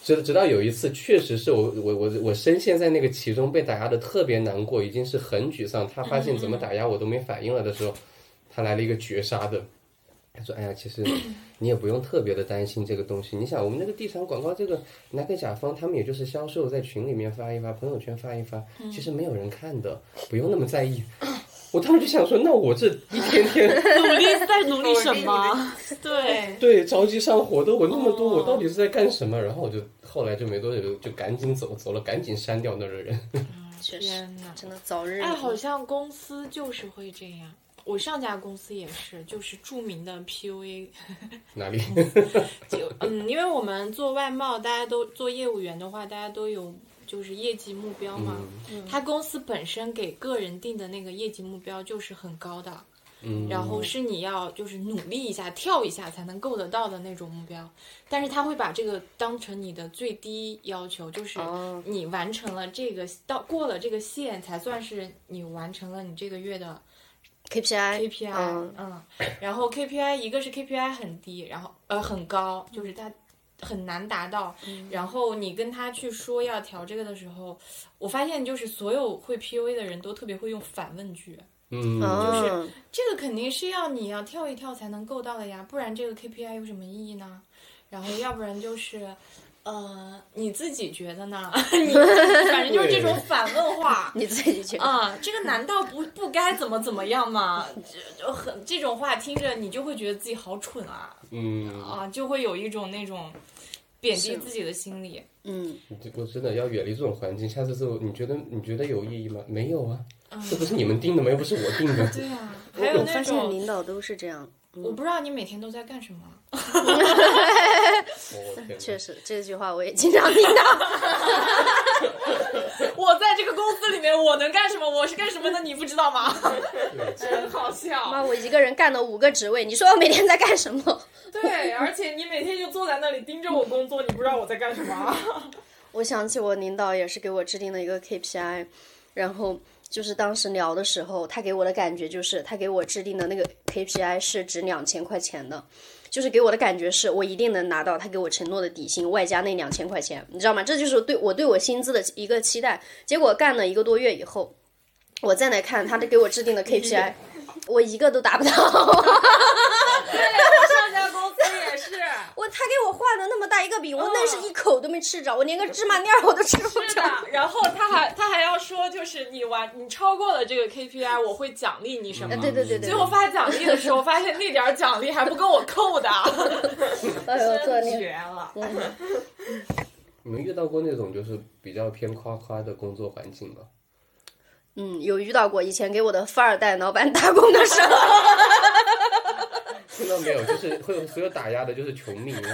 直到有一次，确实是我深陷在那个其中，被打压的特别难过，已经是很沮丧。他发现怎么打压我都没反应了的时候，他来了一个绝杀的。他说：“哎呀，其实你也不用特别的担心这个东西。你想，我们那个地产广告，这个拿给甲方，他们也就是销售，在群里面发一发，朋友圈发一发，其实没有人看的，不用那么在意。”我当时就想说，那我这一天天努力在努力什么？ 对，着急上火的我那么多，我到底是在干什么？然后我就后来就没多久就赶紧走了，赶紧删掉那个人。 确实，真的早日。 哎，好像公司就是会这样。我上家公司也是，就是著名的 PUA。 哪里？ 因为我们做外贸，大家都做业务员的话，大家都有就是业绩目标嘛。他公司本身给个人定的那个业绩目标就是很高的。然后是你要就是努力一下跳一下才能够得到的那种目标，但是他会把这个当成你的最低要求，就是你完成了这个过了这个线才算是你完成了你这个月的 KPI。 然后 KPI 一个是 KPI 很低，然后很高，就是它很难达到。然后你跟他去说要调这个的时候，我发现就是所有会 PUA 的人都特别会用反问句。就是这个肯定是你要跳一跳才能够到的呀，不然这个 KPI 有什么意义呢？然后要不然就是你自己觉得呢？反正就是这种反问话。 你自己觉得这个难道不该怎么样吗？这种话听着你就会觉得自己好蠢啊。就会有一种那种贬低自己的心理。 我真的要远离这种环境。下次你觉得有意义吗？没有啊。这不是你们定的吗？又不是我定的。 对啊，还有那种我发现领导都是这样。 我不知道你每天都在干什么。 确实，这句话我也经常听到。 我在这个公司里面，我能干什么？我是干什么的？你不知道吗？真好笑。 妈，我一个人干了5个职位，你说我每天在干什么？ 对，而且你每天就坐在那里盯着我工作，你不知道我在干什么。 我想起我领导也是给我制定了一个 KPI， 然后就是当时聊的时候，他给我的感觉就是他给我制定的那个 KPI 是值2000块钱的，就是给我的感觉是我一定能拿到他给我承诺的底薪外加那2000块钱，你知道吗？这就是对我薪资的一个期待。结果干了1个多月以后，我再来看他给我制定的 KPI， 我一个都达不到。 对，我上家公司也是。 他给我画的那么大一个饼，我那是一口都没吃着，我连个芝麻粒我都吃不着。 然后他还要说，就是你超过了这个 KPI， 我会奖励你什么？ 对。 最后发奖励的时候，发现那点奖励还不够我扣的。真绝了。 你们遇到过那种就是比较偏夸夸的工作环境吗？ 有遇到过，以前给我的富二代老板打工的时候。 听到没有？就是会有所有打压的，就是穷命。富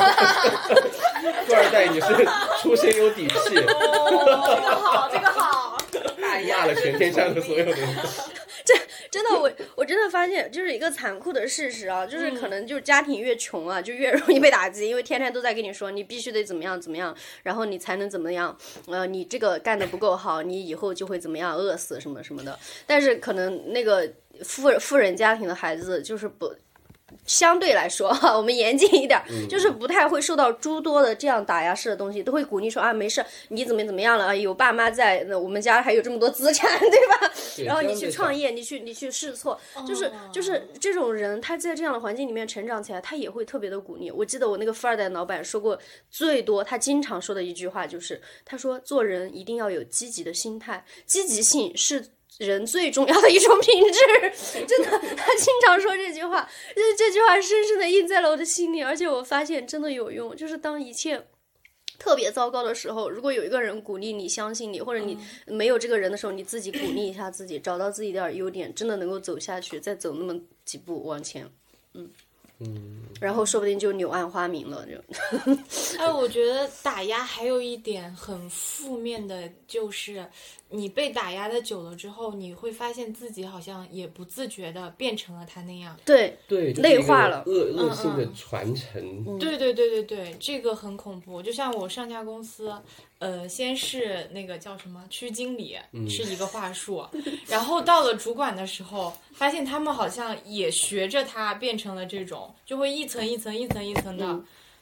二代，你是出身有底气。 这个好。 打压了全天下的所有的人。 真的，我真的发现，就是一个残酷的事实啊，就是可能就是家庭越穷啊，就越容易被打击，因为天天都在跟你说，你必须得怎么样怎么样，然后你才能怎么样，你这个干得不够好，你以后就会怎么样，饿死什么什么的。但是可能那个富人家庭的孩子就是不。相对来说我们严谨一点，就是不太会受到诸多的这样打压式的东西，都会鼓励说没事，你怎么样了，有爸妈在，我们家还有这么多资产，对吧？然后你去创业，你去试错，就是这种人，他在这样的环境里面成长起来，他也会特别的鼓励。我记得我那个富二代老板说过最多，他经常说的一句话就是，他说做人一定要有积极的心态，积极性是人最重要的一种品质。真的，他经常说这句话，这句话深深的印在了我的心里，而且我发现真的有用。就是当一切特别糟糕的时候，如果有一个人鼓励你、相信你，或者你没有这个人的时候，你自己鼓励一下自己，找到自己的优点，真的能够走下去，再走那么几步往前。然后说不定就柳暗花明了。 我觉得打压还有一点很负面的，就是你被打压的久了之后，你会发现自己好像也不自觉的变成了他那样。 对，内化了， 恶性的传承。 对，这个很恐怖。就像我上家公司，先是那个叫什么区经理是一个话术，然后到了主管的时候，发现他们好像也学着他变成了这种，就会一层一层的。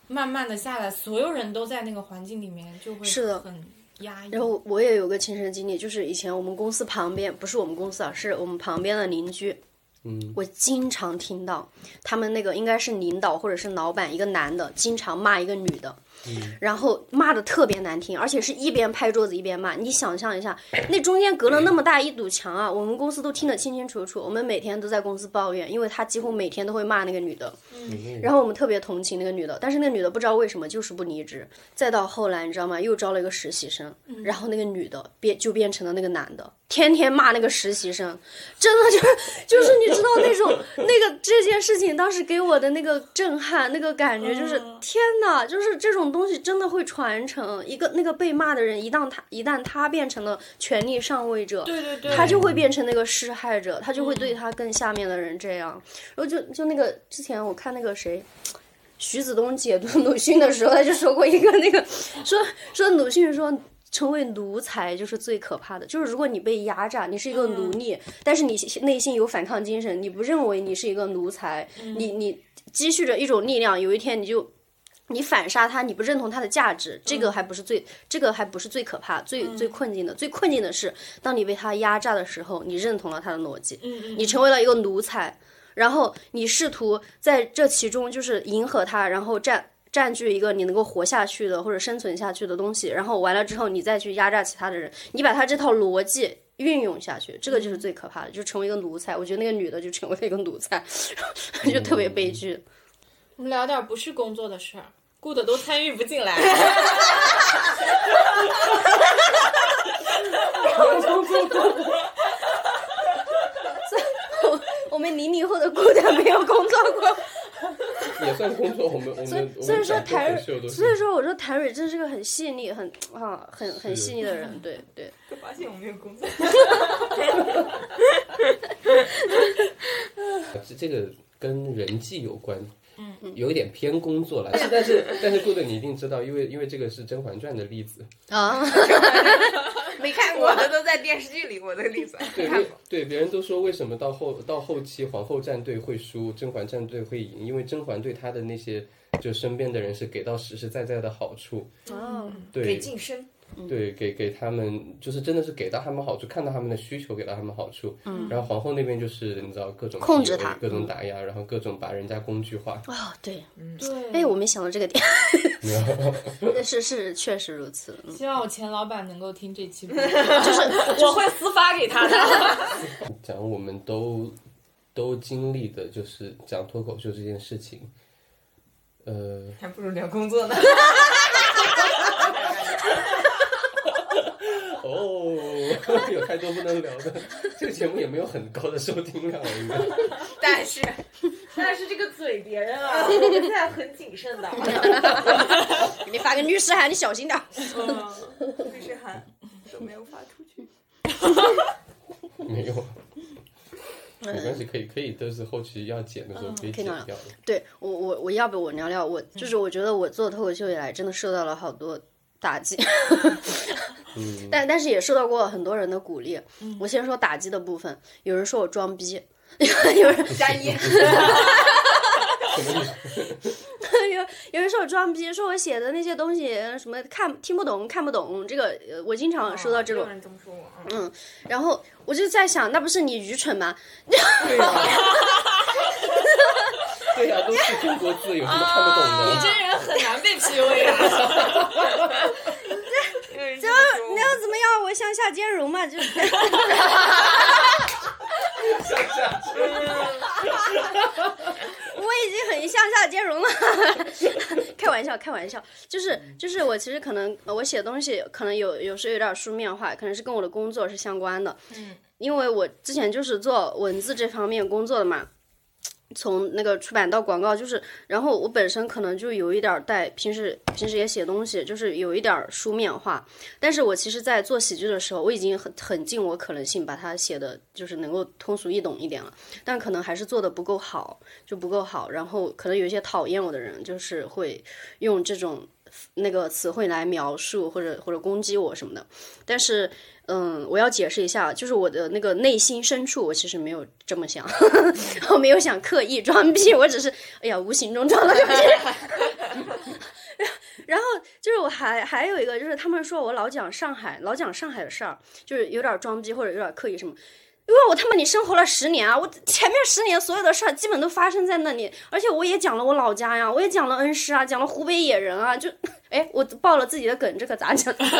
慢慢的下来，所有人都在那个环境里面，就会是的很压抑。 然后我也有个亲身经历，就是以前我们公司旁边，不是我们公司啊，是我们旁边的邻居。我经常听到他们那个应该是领导或者是老板，一个男的经常骂一个女的，然后骂的特别难听，而且是一边拍桌子一边骂。你想象一下，那中间隔了那么大一堵墙啊，我们公司都听得清清楚楚。我们每天都在公司抱怨，因为他几乎每天都会骂那个女的，然后我们特别同情那个女的，但是那个女的不知道为什么就是不离职。再到后来你知道吗，又招了一个实习生，然后那个女的就变成了那个男的，天天骂那个实习生，真的就是你知道那种这件事情当时给我的那个震撼，那个感觉就是天哪，就是这种东西真的会传承。一个那个被骂的人，一旦他变成了权力上位者， 对， 他就会变成那个施害者，他就会对他更下面的人这样。然后就那个之前我看那个谁。徐子东解读鲁迅的时候，他就说过一个那个说鲁迅说成为奴才就是最可怕的，就是如果你被压榨，你是一个奴隶，但是你内心有反抗精神，你不认为你是一个奴才，你积蓄着一种力量，有一天你反杀他，你不认同他的价值，这个还不是最可怕，最困境的。最困境的是，当你被他压榨的时候，你认同了他的逻辑，你成为了一个奴才。然后你试图在这其中就是迎合他，然后占据一个你能够活下去的或者生存下去的东西，然后完了之后你再去压榨其他的人，你把他这套逻辑运用下去，这个就是最可怕的，就成为一个奴才。我觉得那个女的就成为了一个奴才，就特别悲剧。 我们聊点不是工作的事儿，good 都参与不进来。 我们00后的姑娘没有工作过， 也算工作。我们所以说我说谭蕊真是个很细腻、很细腻的人，对。 就发现我没有工作。 这个跟人际有关，有一点偏工作了。但是good 你一定知道，因为这个是《甄嬛传》的例子啊。 没看过，我的都在电视剧里，我的例子对，别人都说为什么到后期皇后战队会输，甄嬛战队会赢，因为甄嬛对她的那些就身边的人是给到实实在在的好处，对， 给晋升， 对，给他们就是真的是给到他们好处，看到他们的需求，给到他们好处。然后皇后那边就是你知道各种控制他， 各种打压，然后各种把人家工具化。 对， 对。 哎，我没想到这个点。是确实如此。 希望我前老板能够听这期，就是我会私发给他的。 讲我们都经历的就是讲脱口秀这件事情， 还不如聊工作呢。 有太多不能聊的。这个节目也没有很高的收听量，应该。 但是这个嘴别人啊，我们现在很谨慎的。 给你发个律师函，你小心点。 律师函都没有发出去。 没有。没关系，可以，都是后期要剪的时候可以剪掉的。 对，我要不我聊聊，我觉得我做脱口秀以来，真的受到了好多打击。但是也受到过很多人的鼓励。我先说打击的部分，有人说我装逼，有人加1。 有人说我装逼，说我写的那些东西什么听不懂看不懂，这个我经常收到这种。 有人这么说我。 然后我就在想，那不是你愚蠢吗？ 对呀，都是中国字，有什么看不懂的？ 你这人很难被 PUA 啊。 你要怎么样？我向下兼容嘛，就。 向下兼容。 我已经很向下兼容了。开玩笑，就是我其实可能我写东西可能有时候有点书面化，可能是跟我的工作是相关的。因为我之前就是做文字这方面工作的嘛。从那个出版到广告，就是然后我本身可能就有一点带平时也写东西，就是有一点书面化，但是我其实在做喜剧的时候，我已经很尽我可能性把它写的就是能够通俗易懂一点了，但可能还是做的不够好，然后可能有一些讨厌我的人就是会用这种那个词汇来描述或者攻击我什么的，但是我要解释一下，就是我的那个内心深处，我其实没有这么想，我没有想刻意装逼，我只是无形中装了个逼。 然后就是我还有一个就是他们说我老讲上海的事儿，就是有点装逼或者有点刻意什么。因为我他妈你生活了10年啊，我前面10年所有的事儿基本都发生在那里，而且我也讲了我老家呀，我也讲了恩施啊，讲了湖北野人啊，就我爆了自己的梗，这个咋讲？ 没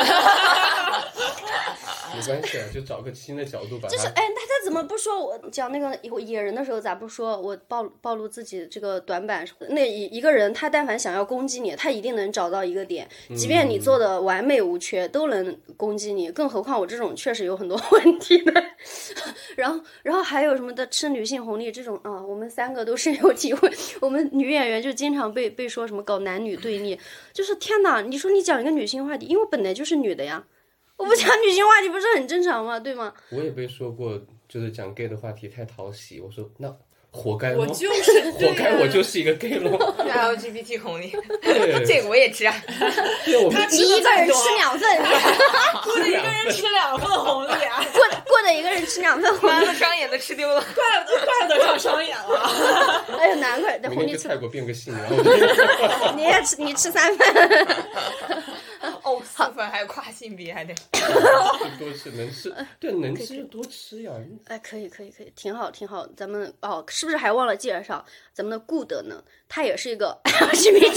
关系啊，就找个新的角度把它。 就是他怎么不说我讲那个野人的时候咋不说我暴露自己这个短板？那一个人他但凡想要攻击你，他一定能找到一个点，即便你做的完美无缺，都能攻击你，更何况我这种确实有很多问题的。然后还有什么的吃女性红利这种啊，我们3个都深有体会。我们女演员就经常被说什么搞男女对立，就是天哪！你说你讲一个女性话题，因为我本来就是女的呀，我不讲女性话题不是很正常吗？对吗？ 我也被说过，就是讲 gay 的话题太讨喜，我说那活该咯， 我就是活该，我就是一个 gay 咯。 LGBT 红利，这个我也吃啊。 你一个人吃2份， 过的一个人吃2份红利啊， 过的一个人吃2份红利， 商演都吃丢了， 怪不得上商演了。 哎呀，难怪明天去泰国变个性，然后你吃3份。 哦，4份还有跨性别还得多吃能吃，对，能吃就多吃呀。 哎，可以，挺好。咱们是不是还忘了介绍咱们的顾德呢？他也是一个 LGBT。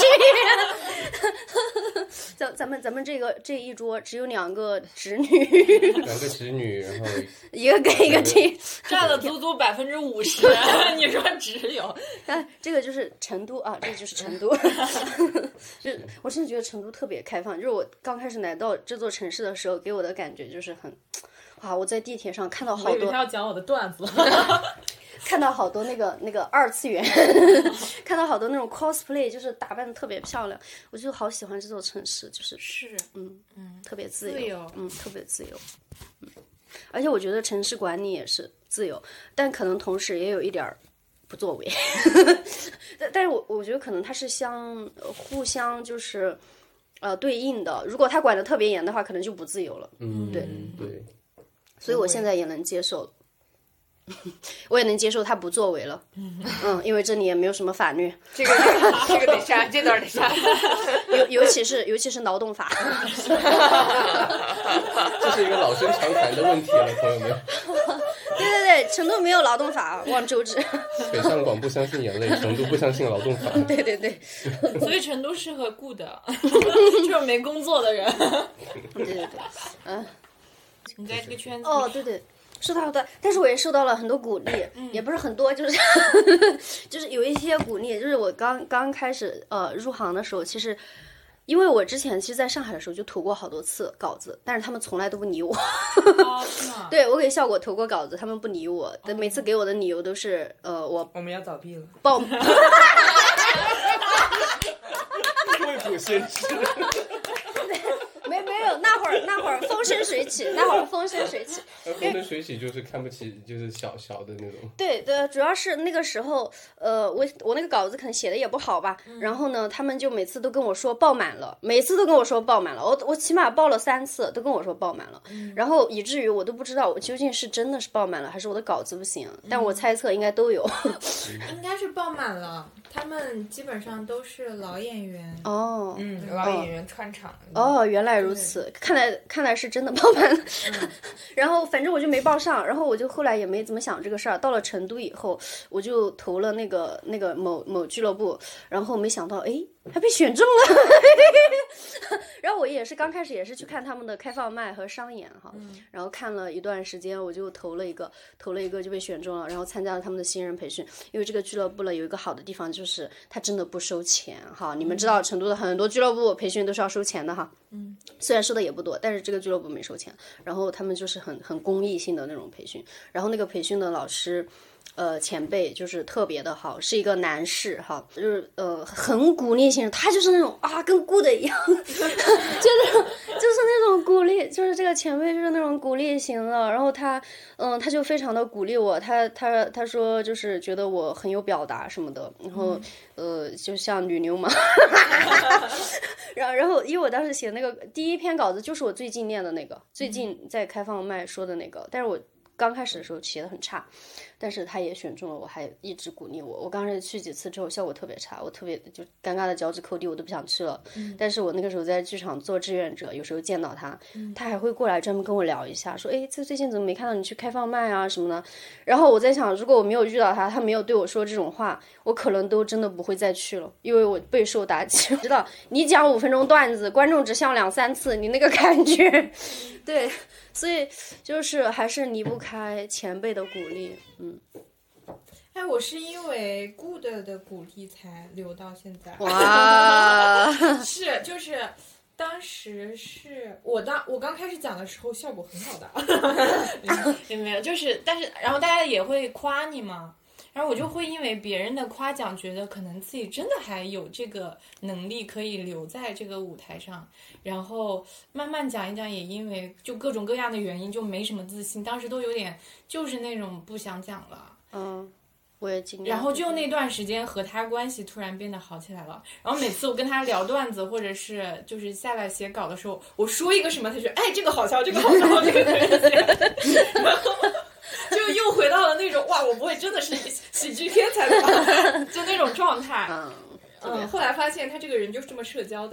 咱们这一桌只有2个直女 ，2个直女，然后一个 gay 一个 T， 占了足足50%。你说只有？ 这个就是成都啊，这就是成都。就是我真的觉得成都特别开放，就是我刚开始来到这座城市的时候，给我的感觉就是很我在地铁上看到好多。 我以为他要讲我的段子。 看到好多那个2次元，看到好多那种 cosplay， 就是打扮的特别漂亮，我就好喜欢这座城市，就是特别自由，特别自由，而且我觉得城市管理也是自由，但可能同时也有一点不作为。但是我觉得可能它是互相就是对应的，如果他管得特别严的话，可能就不自由了。对，所以我现在也能接受。我也能接受他不作为了，因为这里也没有什么法律， 这个得删，这段得删， 尤其是劳动法， 这是一个老生常谈的问题了，朋友们。 对，成都没有劳动法，望周知。 北上广不相信眼泪，成都不相信劳动法。 对。 所以成都适合顾的，就是没工作的人。 对， 你在这个圈子对。受到的，但是我也受到了很多鼓励，也不是很多，就是就是有一些鼓励。就是我刚开始入行的时候，其实因为我之前其实在上海的时候就投过好多次稿子，但是他们从来都不理我。 是吗？ 对，我给效果投过稿子，他们不理我，每次给我的理由都是我们要倒闭了， 未卜先知。 没有，那会儿风生水起，风生水起就是看不起，就是小的那种。对， 主要是那个时候，我那个稿子可能写的也不好吧，然后呢，他们就每次都跟我说爆满了，我起码报了3次，都跟我说爆满了，然后以至于我都不知道我究竟是真的是爆满了，还是我的稿子不行，但我猜测应该都有。 应该是爆满了，他们基本上都是老演员。 老演员串场。 原来如此，看来是真的爆满了。然后反正我就没报上，然后我就后来也没怎么想这个事儿。到了成都以后，我就投了那个某俱乐部，然后没想到还被选中了。然后我也是刚开始也是去看他们的开放麦和商演哈，然后看了一段时间，我就投了一个就被选中了，然后参加了他们的新人培训。因为这个俱乐部呢有一个好的地方就是它真的不收钱哈，你们知道成都的很多俱乐部培训都是要收钱的哈，虽然收的也不多，但是这个俱乐部没收钱，然后他们就是很公益性的那种培训，然后那个培训的老师前辈就是特别的好，是一个男士哈，就是很鼓励性，他就是那种跟good一样，就是那种鼓励，就是这个前辈就是那种鼓励型的，然后他就非常的鼓励我，他说就是觉得我很有表达什么的，然后就像女牛嘛，然后因为我当时写那个第一篇稿子就是我最近念的那个，最近在开放麦说的那个，但是我刚开始的时候写的很差，但是他也选中了我，还一直鼓励我。我刚开始去几次之后效果特别差，我特别就尴尬的脚趾抠地，我都不想去了。但是我那个时候在剧场做志愿者，有时候见到他，他还会过来专门跟我聊一下，说哎，最近怎么没看到你去开放麦啊什么的。然后我在想，如果我没有遇到他，他没有对我说这种话，我可能都真的不会再去了，因为我备受打击。知道你讲5分钟段子，观众只笑2-3次，你那个感觉，对，所以就是还是离不开前辈的鼓励。 哎，我是因为 good 的鼓励才留到现在。 哇， 是就是当时是我刚开始讲的时候效果很好的，也没有，就是但是然后大家也会夸你嘛。然后我就会因为别人的夸奖，觉得可能自己真的还有这个能力可以留在这个舞台上，然后慢慢讲一讲，也因为就各种各样的原因，就没什么自信，当时都有点就是那种不想讲了。 我也经历。 然后就那段时间和他关系突然变得好起来了。然后每次我跟他聊段子，或者是就是下来写稿的时候，我说一个什么，他说哎这个好笑，这个好笑，这个可以写。然后就又回到了那种哇，我不会真的是喜剧天才的吧？就那种状态。后来发现他这个人就是这么社交的。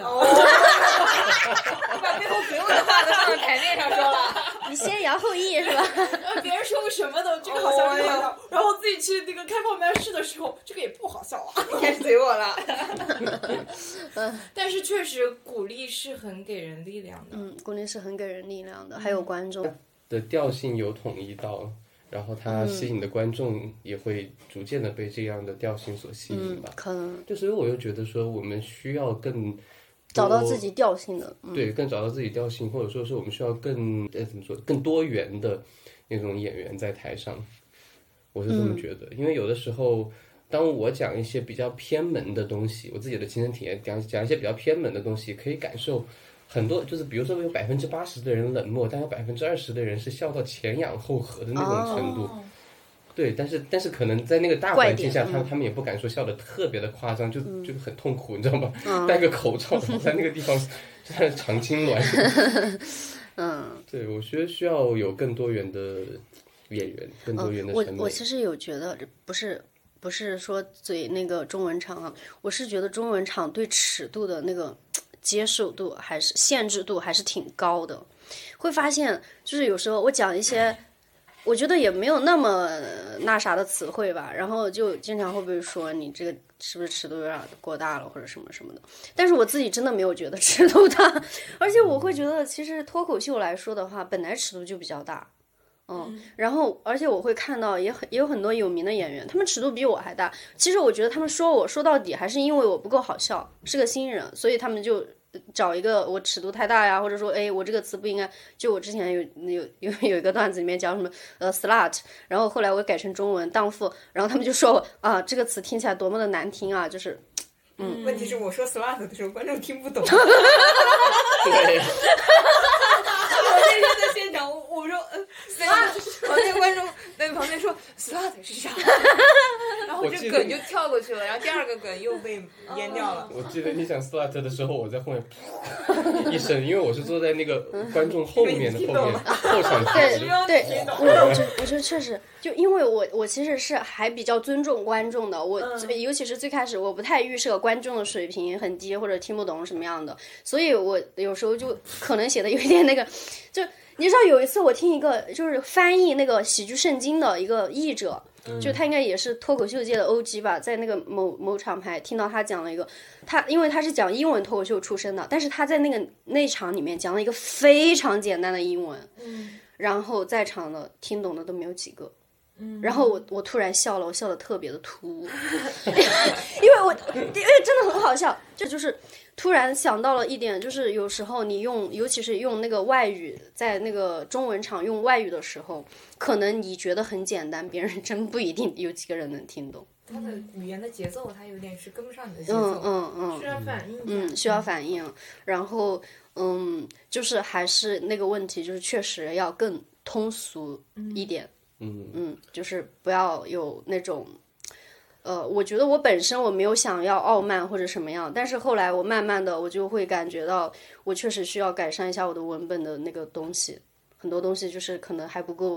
把背后所有的话都放在台面上说了。 你先扬后抑是吧？ 然后别人说个什么的，这个好笑，这个好笑。然后自己去那个开放麦试的时候，这个也不好笑啊， 开始怼我了。 但是确实鼓励是很给人力量的。 鼓励是很给人力量的，还有观众的调性有统一到。然后他吸引的观众也会逐渐的被这样的调性所吸引吧。 可能就所以我又觉得说，我们需要更找到自己调性的， 对，更找到自己调性，或者说是我们需要更怎么说，更多元的那种演员在台上。我是这么觉得，因为有的时候，当我讲一些比较偏门的东西，我自己的亲身体验，讲一些比较偏门的东西，可以感受。很多就是比如说有80%的人冷漠，但有20%的人是笑到前仰后合的那种程度。对，但是可能在那个大环境下，他们也不敢说笑得特别的夸张，就很痛苦，你知道吗？戴个口罩在那个地方在长青鸾。对，我觉得需要有更多元的演员，更多元的审美。 我其实有觉得不是说嘴那个中文场啊，我是觉得中文场对尺度的那个接受度还是限制度还是挺高的，会发现就是有时候我讲一些我觉得也没有那么那啥的词汇吧，然后就经常会不会说你这个是不是尺度有点过大了或者什么什么的，但是我自己真的没有觉得尺度大，而且我会觉得其实脱口秀来说的话本来尺度就比较大。然后而且我会看到也有很多有名的演员，他们尺度比我还大。其实我觉得他们说到底还是因为我不够好笑，是个新人，所以他们就找一个我尺度太大呀，或者说哎我这个词不应该。就我之前有一个段子里面讲什么slut， 然后后来我改成中文荡妇，然后他们就说啊这个词听起来多么的难听啊，就是问题是我说 slut 的时候观众听不懂。 对。 我那天在现场，我说旁边观众在旁边说 slut 是啥，然后这梗就跳过去了，然后第二个梗又被淹掉了。 我记得你讲 slut 的时候，我在后面一声，因为我是坐在那个观众后面的后场区。 对，我觉得确实，就因为我其实是还比较尊重观众的，我尤其是最开始我不太预设观众的水平很低或者听不懂什么样的，所以我有时候就可能写的有一点那个，就你知道有一次我听一个就是翻译那个喜剧圣经的一个译者，就他应该也是脱口秀界的 OG 吧，在那个某厂牌听到他讲了一个，因为他是讲英文脱口秀出身的，但是他在那场里面讲了一个非常简单的英文，然后在场的听懂的都没有几个。然后我突然笑了，我笑得特别的突兀，因为真的很好笑，就是突然想到了一点，就是有时候你尤其是用那个外语，在那个中文场用外语的时候，可能你觉得很简单，别人真不一定有几个人能听懂。 他的语言的节奏，他有点是跟不上你的节奏， 需要反应， 需要反应。然后就是还是那个问题，就是确实要更通俗一点。就是不要有那种，我觉得我本身我没有想要傲慢或者什么样，但是后来我慢慢的我就会感觉到，我确实需要改善一下我的文本的那个东西，很多东西就是可能还不够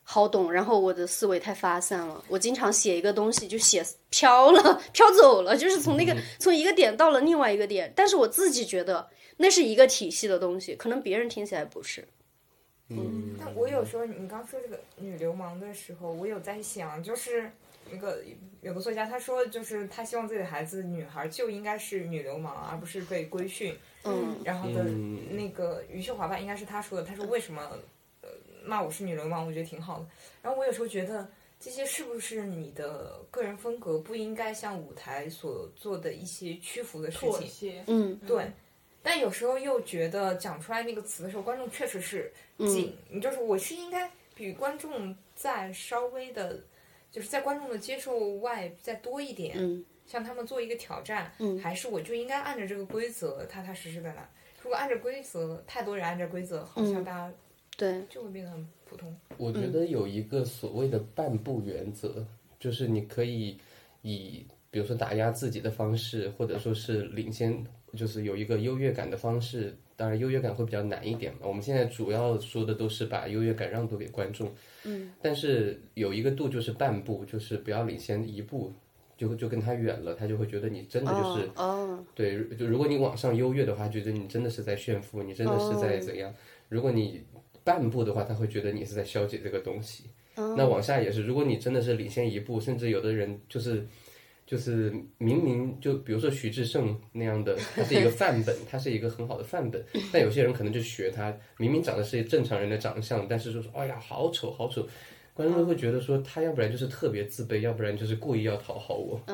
好懂，然后我的思维太发散了，我经常写一个东西就写飘了，飘走了，就是从一个点到了另外一个点，但是我自己觉得那是一个体系的东西，可能别人听起来不是。 但我有时候你刚说这个女流氓的时候，我有在想，就是有个作家他说，就是他希望自己的孩子女孩就应该是女流氓，而不是被规训。然后的那个余秀华吧，应该是他说的，他说为什么骂我是女流氓，我觉得挺好的。然后我有时候觉得这些是不是你的个人风格不应该向舞台所做的一些屈服的事情？对。但有时候又觉得讲出来那个词的时候，观众确实是紧，就是我是应该比观众再稍微的，就是在观众的接受外再多一点，向他们做一个挑战，还是我就应该按照这个规则踏踏实实的来？如果按照规则，太多人按照规则，好像大家对就会变得很普通。 我觉得有一个所谓的半步原则，就是你可以以比如说打压自己的方式，或者说是领先，就是有一个优越感的方式。当然优越感会比较难一点嘛，我们现在主要说的都是把优越感让渡给观众，但是有一个度就是半步，就是不要领先一步，就跟他远了，他就会觉得你真的就是对，就如果你往上优越的话，觉得你真的是在炫富，你真的是在怎样，如果你半步的话，他会觉得你是在消解这个东西。那往下也是，如果你真的是领先一步，甚至有的人就是明明就比如说徐志胜那样的，他是一个范本，他是一个很好的范本，但有些人可能就学他，明明长得是正常人的长相，但是就说哎呀好丑好丑，观众会觉得说他要不然就是特别自卑，要不然就是故意要讨好我。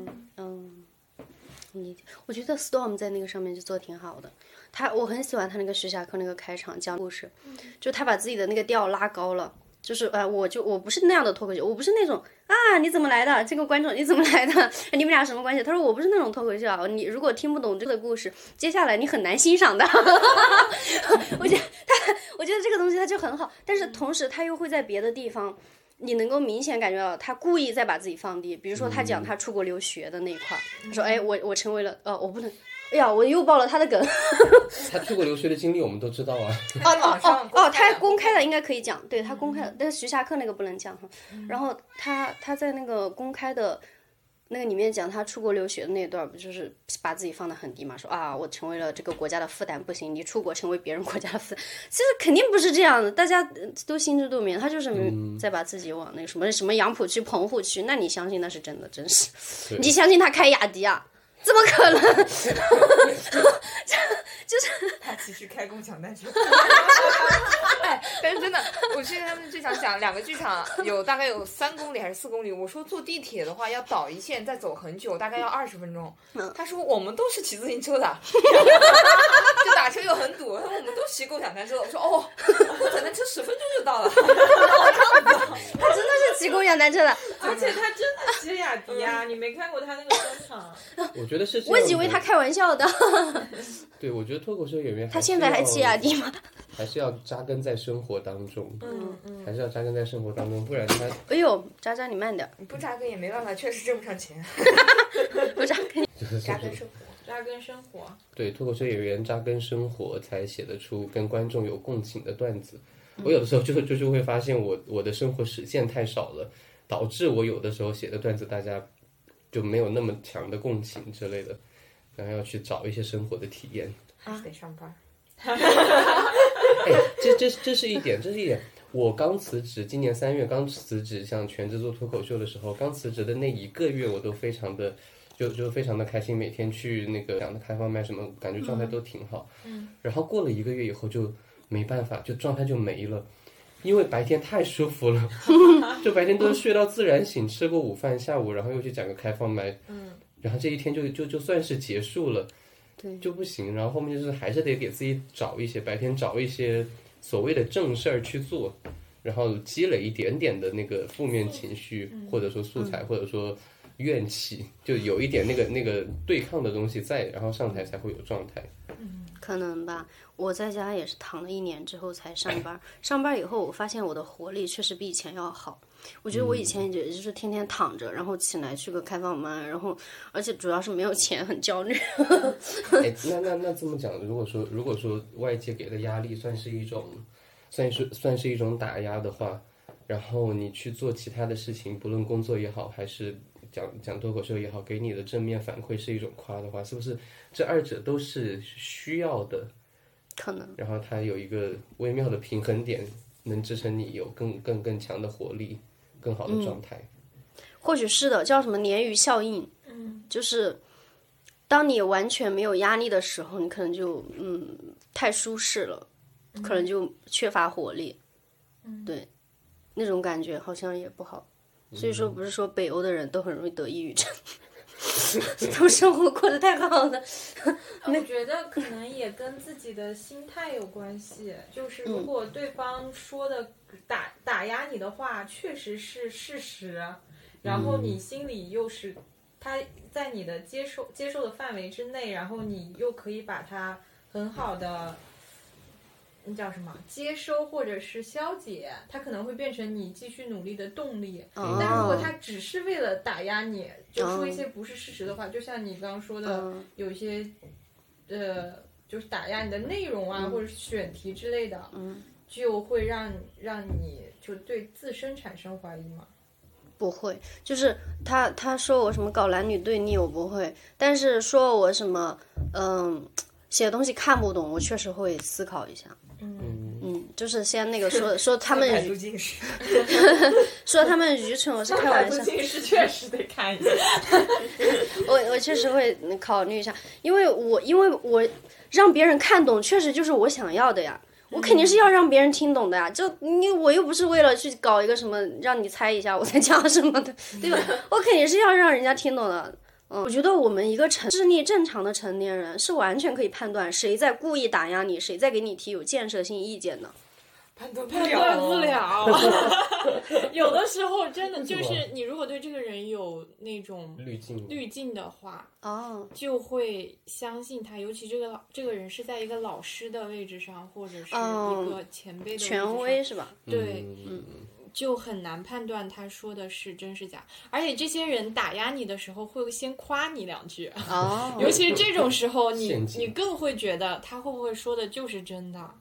我觉得 Storm 在那个上面就做得挺好的，我很喜欢他那个徐霞客那个开场讲故事，就他把自己的那个调拉高了。就是我不是那样的脱口秀，我不是那种你怎么来的？这个观众你怎么来的？你们俩什么关系？他说我不是那种脱口秀啊，你如果听不懂这个故事，接下来你很难欣赏的。我觉得这个东西它就很好，但是同时他又会在别的地方，你能够明显感觉到他故意在把自己放低。比如说他讲他出国留学的那一块，他说我成为了我不能。哎呀，我又爆了他的梗。 他出国留学的经历我们都知道啊。 他公开的应该可以讲，对他公开的，但是徐霞客那个不能讲哈。然后他在那个公开的那个里面讲他出国留学的那段，不就是把自己放得很低嘛？说我成为了这个国家的负担，不行，你出国成为别人国家的负担，其实肯定不是这样的，大家都心知肚明，他就是在把自己往那个什么杨浦区、棚户区，那你相信那是真的，真是，你相信他开雅迪啊？怎么可能？就是他其实开共享单车。但是真的，我去他们剧场讲，2个剧场大概有3公里还是4公里。我说坐地铁的话要倒一线，再走很久，大概要20分钟。他说我们都是骑自行车的，就打车又很堵。他说我们都骑共享单车的。我说共享单车10分钟就到了。 他真的是骑共享单车的， 而且他真的骑雅迪啊！你没看过他那个专场？ 我觉得是这样的。 我以为他开玩笑的。 对，我觉得脱口秀演员他现在还骑雅迪吗？ 还是要扎根在生活当中，还是要扎根在生活当中，不然他。 哎呦，渣渣你慢点。 你不扎根也没办法，确实挣不上钱。 不扎根， 扎根生活。 扎根生活。 对，脱口秀演员扎根生活，才写得出跟观众有共情的段子。我有的时候就会发现我的生活实践太少了，导致我有的时候写的段子大家就没有那么强的共情之类的，然后要去找一些生活的体验。 还是得上班。 这是一点，我刚辞职，今年3月刚辞职，想全职做脱口秀的时候，刚辞职的那1个月，我都非常的就非常的开心，每天去那个讲的开放麦什么，感觉状态都挺好。然后过了1个月以后就没办法，就状态就没了，因为白天太舒服了，就白天都是睡到自然醒，吃过午饭，下午然后又去讲个开放麦，然后这一天就算是结束了。 对， 就不行，然后后面就是还是得给自己白天找一些所谓的正事儿去做，然后积累一点点的那个负面情绪，或者说素材，或者说怨气，就有一点那个对抗的东西在，然后上台才会有状态。 可能吧，我在家也是躺了1年之后才上班，上班以后我发现我的活力确实比以前要好。我觉得我以前也就是天天躺着，然后起来去个开放麦，然后而且主要是没有钱，很焦虑。 那这么讲，如果说外界给的压力算是一种打压的话， 然后你去做其他的事情，不论工作也好，还是讲脱口秀也好，给你的正面反馈是一种夸的话，是不是这二者都是需要的？ 可能。 然后它有一个微妙的平衡点，能支撑你有更强的活力，更好的状态。 或许是的，叫什么鲶鱼效应。就是当你完全没有压力的时候，你可能就太舒适了，可能就缺乏活力。对，那种感觉好像也不好。所以说不是说北欧的人都很容易得抑郁症，他们生活过得太好了。 我觉得可能也跟自己的心态有关系，就是如果对方说的打压你的话确实是事实，然后你心里又是他在你的接受的范围之内，然后你又可以把它很好的那叫什么接收或者是消解，它可能会变成你继续努力的动力。但如果它只是为了打压你，就说一些不是事实的话，就像你刚刚说的，有一些就是打压你的内容啊，或者是选题之类的，就会让你就对自身产生怀疑嘛。 不会，就是他说我什么搞男女对立我不会，但是说我什么写的东西看不懂，我确实会思考一下。就是先那个说他们说他们愚蠢，我是开玩笑。 近视确实得看一下。 我确实会考虑一下，因为我让别人看懂，确实就是我想要的呀。我肯定是要让别人听懂的呀，我又不是为了去搞一个什么让你猜一下我在讲什么的，对吧？我肯定是要让人家听懂的。我觉得我们一个智力正常的成年人是完全可以判断谁在故意打压你，谁在给你提有建设性意见的。 判断不了。有的时候真的就是你如果对这个人有那种滤镜的话，就会相信他，尤其这个人是在一个老师的位置上，或者是一个前辈的位置上， 权威是吧？ 对，就很难判断他说的是真是假。而且这些人打压你的时候会先夸你两句，尤其是这种时候你更会觉得他会不会说的就是真的。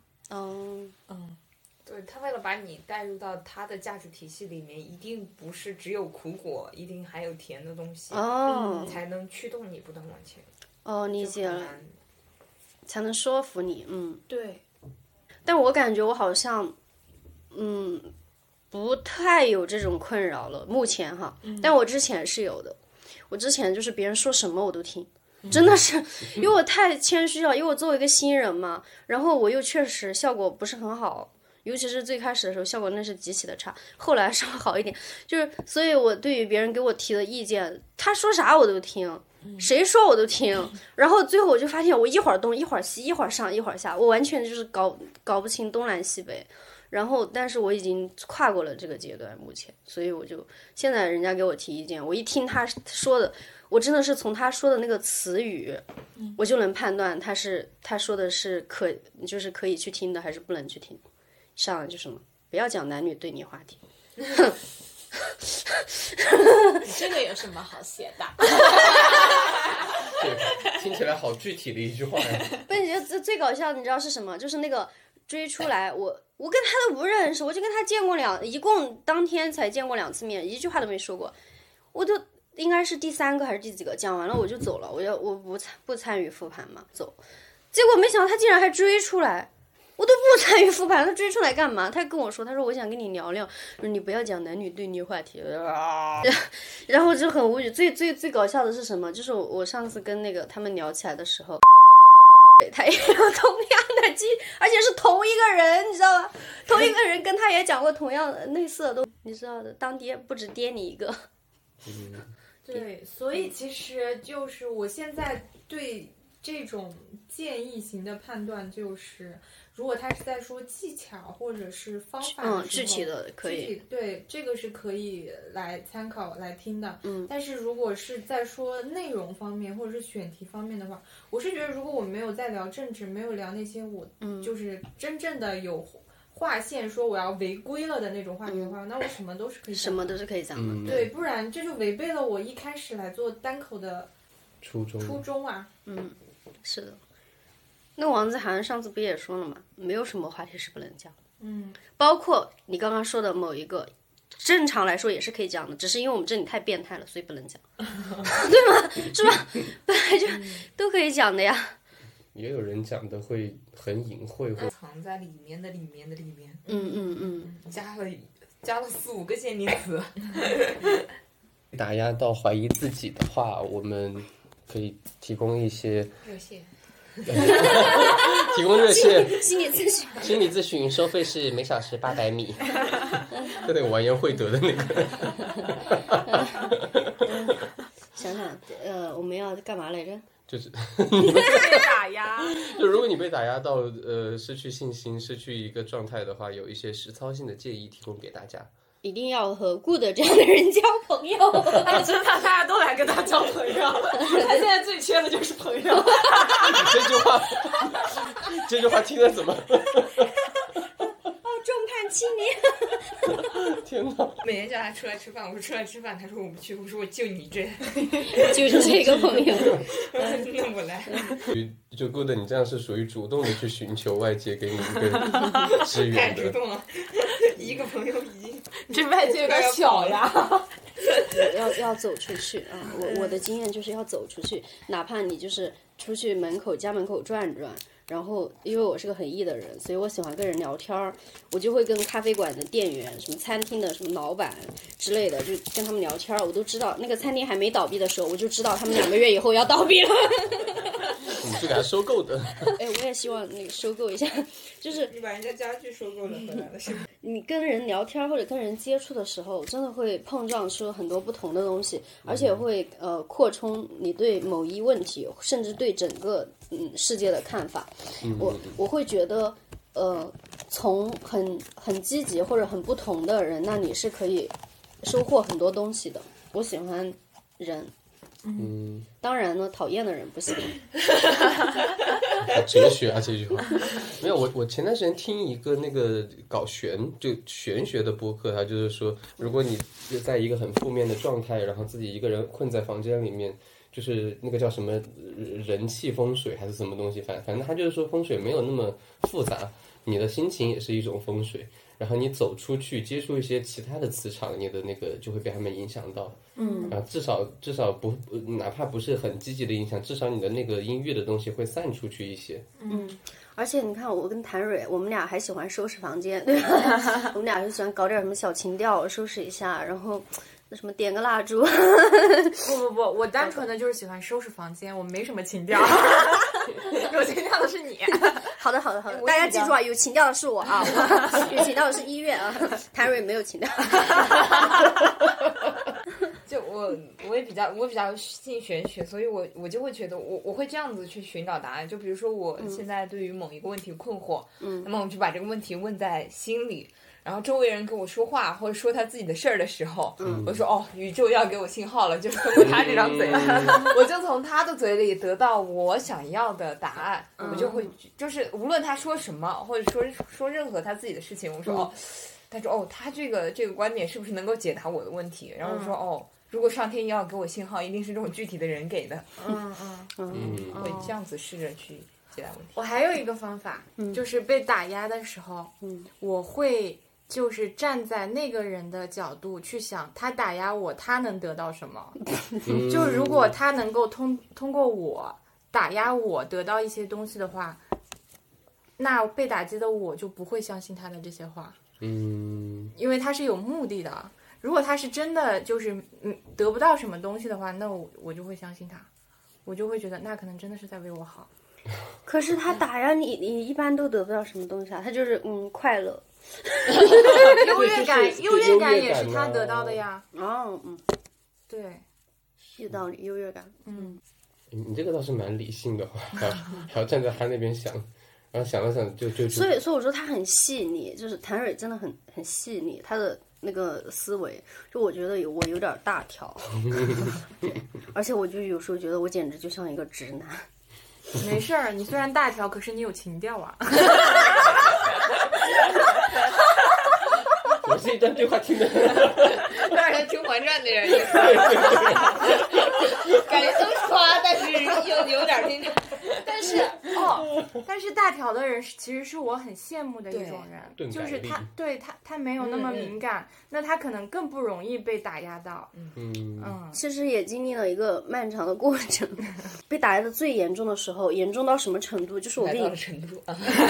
对，他为了把你带入到他的价值体系里面，一定不是只有苦果，一定还有甜的东西，才能驱动你不断往前。 理解了，才能说服你。 对。 但我感觉我好像，不太有这种困扰了，目前哈。但我之前是有的，我之前就是别人说什么我都听。真的是，因为我太谦虚了，因为我作为一个新人嘛，然后我又确实效果不是很好。尤其是最开始的时候，效果那是极其的差，后来稍微好一点。所以我对于别人给我提的意见，他说啥我都听，谁说我都听。然后最后我就发现，我一会儿东一会儿西，一会儿上一会儿下，我完全就是搞不清东南西北。然后，但是我已经跨过了这个阶段，目前，所以我就现在人家给我提意见，我一听他说的，我真的是从他说的那个词语，我就能判断他说的是就是可以去听的，还是不能去听。上来就什么不要讲男女对立话题。 这个有什么好写的？ 对，听起来好具体的一句话呀。 不是，你觉得最搞笑的你知道是什么？就是那个追出来，我跟他都不认识，我就跟他见过一共当天才见过2次面，一句话都没说过。我就应该是第3个还是第几个讲完了我就走了，我不参与复盘嘛，走。结果没想到他竟然还追出来。我都不参与复盘，他追出来干嘛？他跟我说，他说我想跟你聊聊，说你不要讲男女对立话题。然后就很无语。最搞笑的是什么？就是我上次跟那个他们聊起来的时候，他也有同样的而且是同一个人，你知道吗？同一个人跟他也讲过同样的类似的东西，你知道的，当爹不止爹你一个。 对，所以其实就是我现在对这种建议型的判断就是，如果他是在说技巧或者是方法的时候， 具体的可以， 对，这个是可以来参考来听的。但是如果是在说内容方面或者是选题方面的话，我是觉得如果我没有在聊政治，没有聊那些我就是真正的有划线说我要违规了的那种话题的话，那我什么都是可以讲的， 什么都是可以讲的。 对，不然这就违背了我一开始来做单口的初衷啊。 是的。那王子涵上次不也说了吗？没有什么话题是不能讲。包括你刚刚说的某一个正常来说也是可以讲的，只是因为我们这里太变态了，所以不能讲，对吗？是吧？本来就都可以讲的呀。 也有人讲的会很隐晦，会藏在里面的里面的里面。加了4-5个限定词。 打压到怀疑自己的话，我们可以提供一些热线。 提供热线心理咨询， 心理咨询收费是每小时800米，就得完颜慧德的那个。 想想，我们要干嘛来着？ 就是被打压。 就如果你被打压到失去信心、失去一个状态的话，有一些实操性的建议提供给大家。 一定要和 good 这样的人交朋友。 真的，大家都来跟他交朋友。他现在最缺的就是朋友。 这句话听了怎么？ 众叛亲离。 天哪！ 每天叫他出来吃饭，我说出来吃饭，他说我不去，我说我就你这， 就是这个朋友。 那我来。 就 good， 你这样是属于主动的去寻求外界给你一个支援的。 太主动了，一个朋友已经。 这外界有点小呀。 要走出去啊！我的经验就是要走出去，哪怕你就是出去家门口转转。然后，因为我是个很 E 的人，所以我喜欢跟人聊天我就会跟咖啡馆的店员、什么餐厅的什么老板之类的，就跟他们聊天我都知道，那个餐厅还没倒闭的时候，我就知道他们2个月以后要倒闭了。 你是给他收购的？ 哎，我也希望那个收购一下，就是你把人家家具收购了回来了是吧？ 你跟人聊天或者跟人接触的时候，真的会碰撞出很多不同的东西，而且会扩充你对某一问题，甚至对整个世界的看法。我会觉得从很积极或者很不同的人那里是可以收获很多东西的。我喜欢人。当然呢，讨厌的人不行。 好哲学啊这句话。没有，我前段时间听一个那个搞玄学的播客，他就是说，如果你在一个很负面的状态，然后自己一个人困在房间里面，就是那个叫什么人气风水还是什么东西，反正他就是说风水没有那么复杂，你的心情也是一种风水。然后你走出去接触一些其他的磁场，你的那个就会被他们影响到。然后至少不哪怕不是很积极的影响，至少你的那个阴郁的东西会散出去一些。 而且你看，我跟谭蕊，我们俩还喜欢收拾房间，对吧？我们俩就喜欢搞点什么小情调，收拾一下，然后那什么点个蜡烛。 不，我单纯的就是喜欢收拾房间，我没什么情调。有情调的是你。 好的，大家记住啊，有情调的是我啊，有情调的是1月啊，谭蕊没有情调。 就我也比较信玄学，所以我就会觉得我会这样子去寻找答案。就比如说我现在对于某一个问题困惑，那么我就把这个问题问在心里。然后周围人跟我说话或者说他自己的事儿的时候，我说宇宙要给我信号了，就是通过他这张嘴，我就从他的嘴里得到我想要的答案，我就会就是无论他说什么，或者说任何他自己的事情，我说他说他这个观点是不是能够解答我的问题？然后我说如果上天要给我信号，一定是这种具体的人给的，会这样子试着去解答问题。 我还有一个方法，就是被打压的时候，我会。就是站在那个人的角度去想，他打压我，他能得到什么？就如果他能够通过我打压我得到一些东西的话，那被打击的我就不会相信他的这些话。因为他是有目的的。如果他是真的就是得不到什么东西的话，那我就会相信他，我就会觉得那可能真的是在为我好。 可是他打压你一般都得不到什么东西啊，他就是快乐。 优越感也是他得到的呀。对， 有道理，优越感。 你这个倒是蛮理性的话，还要站在他那边想，然后想了想就。 所以我说他很细腻，就是谭蕊真的很细腻，他的那个思维，就我觉得我有点大条，而且我就有时候觉得我简直就像一个直男。 没事儿，你虽然大条，可是你有情调啊。 我这一段对话听的， 有点像《甄嬛传》的人，感觉都刷，但是又有点那种。 但是但是大条的人其实是我很羡慕的一种人，就是他没有那么敏感，那他可能更不容易被打压到。 其实也经历了一个漫长的过程，被打压的最严重的时候，严重到什么程度？就是我跟你程度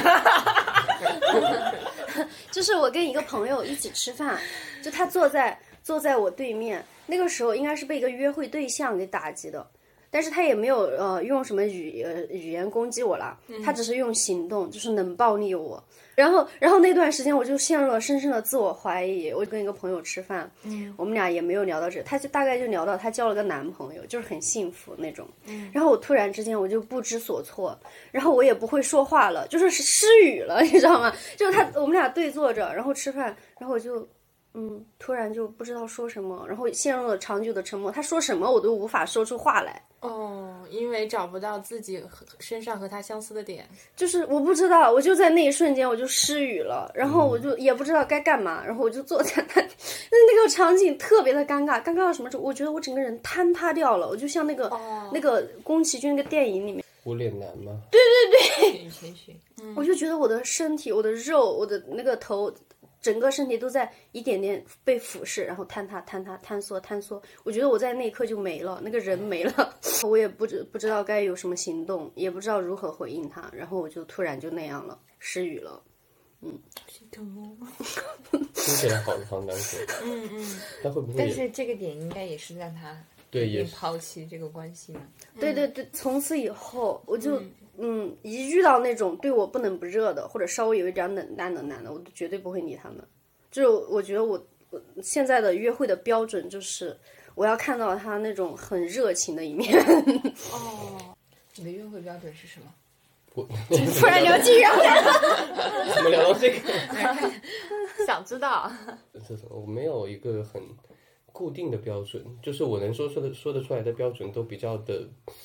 就是我跟一个朋友一起吃饭，就他坐在我对面，那个时候应该是被一个约会对象给打击的，但是他也没有用什么语言攻击我啦，他只是用行动就是冷暴力我。然后那段时间我就陷入了深深的自我怀疑。我跟一个朋友吃饭，我们俩也没有聊到这，他就大概就聊到他交了个男朋友，就是很幸福那种。然后我突然之间我就不知所措，然后我也不会说话了，就是失语了，你知道吗？就是我们俩对坐着，然后吃饭，然后我就突然就不知道说什么，然后陷入了长久的沉默。他说什么我都无法说出话来。 因为找不到自己身上和他相似的点， 就是我不知道，我就在那一瞬间我就失语了，然后我就也不知道该干嘛，然后我就坐在那个场景特别的尴尬到什么程度？我觉得我整个人坍塌掉了，我就像那个宫崎骏那个电影里面无脸男吗？ 对，我就觉得我的身体、我的肉、我的那个头，整个身体都在一点点被腐蚀，然后坍缩。我觉得我在那一刻就没了，那个人没了。我也不知道该有什么行动，也不知道如何回应他，然后我就突然就那样了，失语了。 心疼哦。 听起来好难过。但会不会？ 但是这个点应该也是让他也抛弃这个关系嘛。 对，从此以后我就一遇到那种对我不冷不热的，或者稍微有一点冷淡的男的，我都绝对不会理他们。就我觉得我现在的约会的标准就是我要看到他那种很热情的一面。 你的约会标准是什么？ 突然聊起人了， 怎么聊到这个？ 想知道。 我没有一个很固定的标准，就是我能说得出来的标准都比较的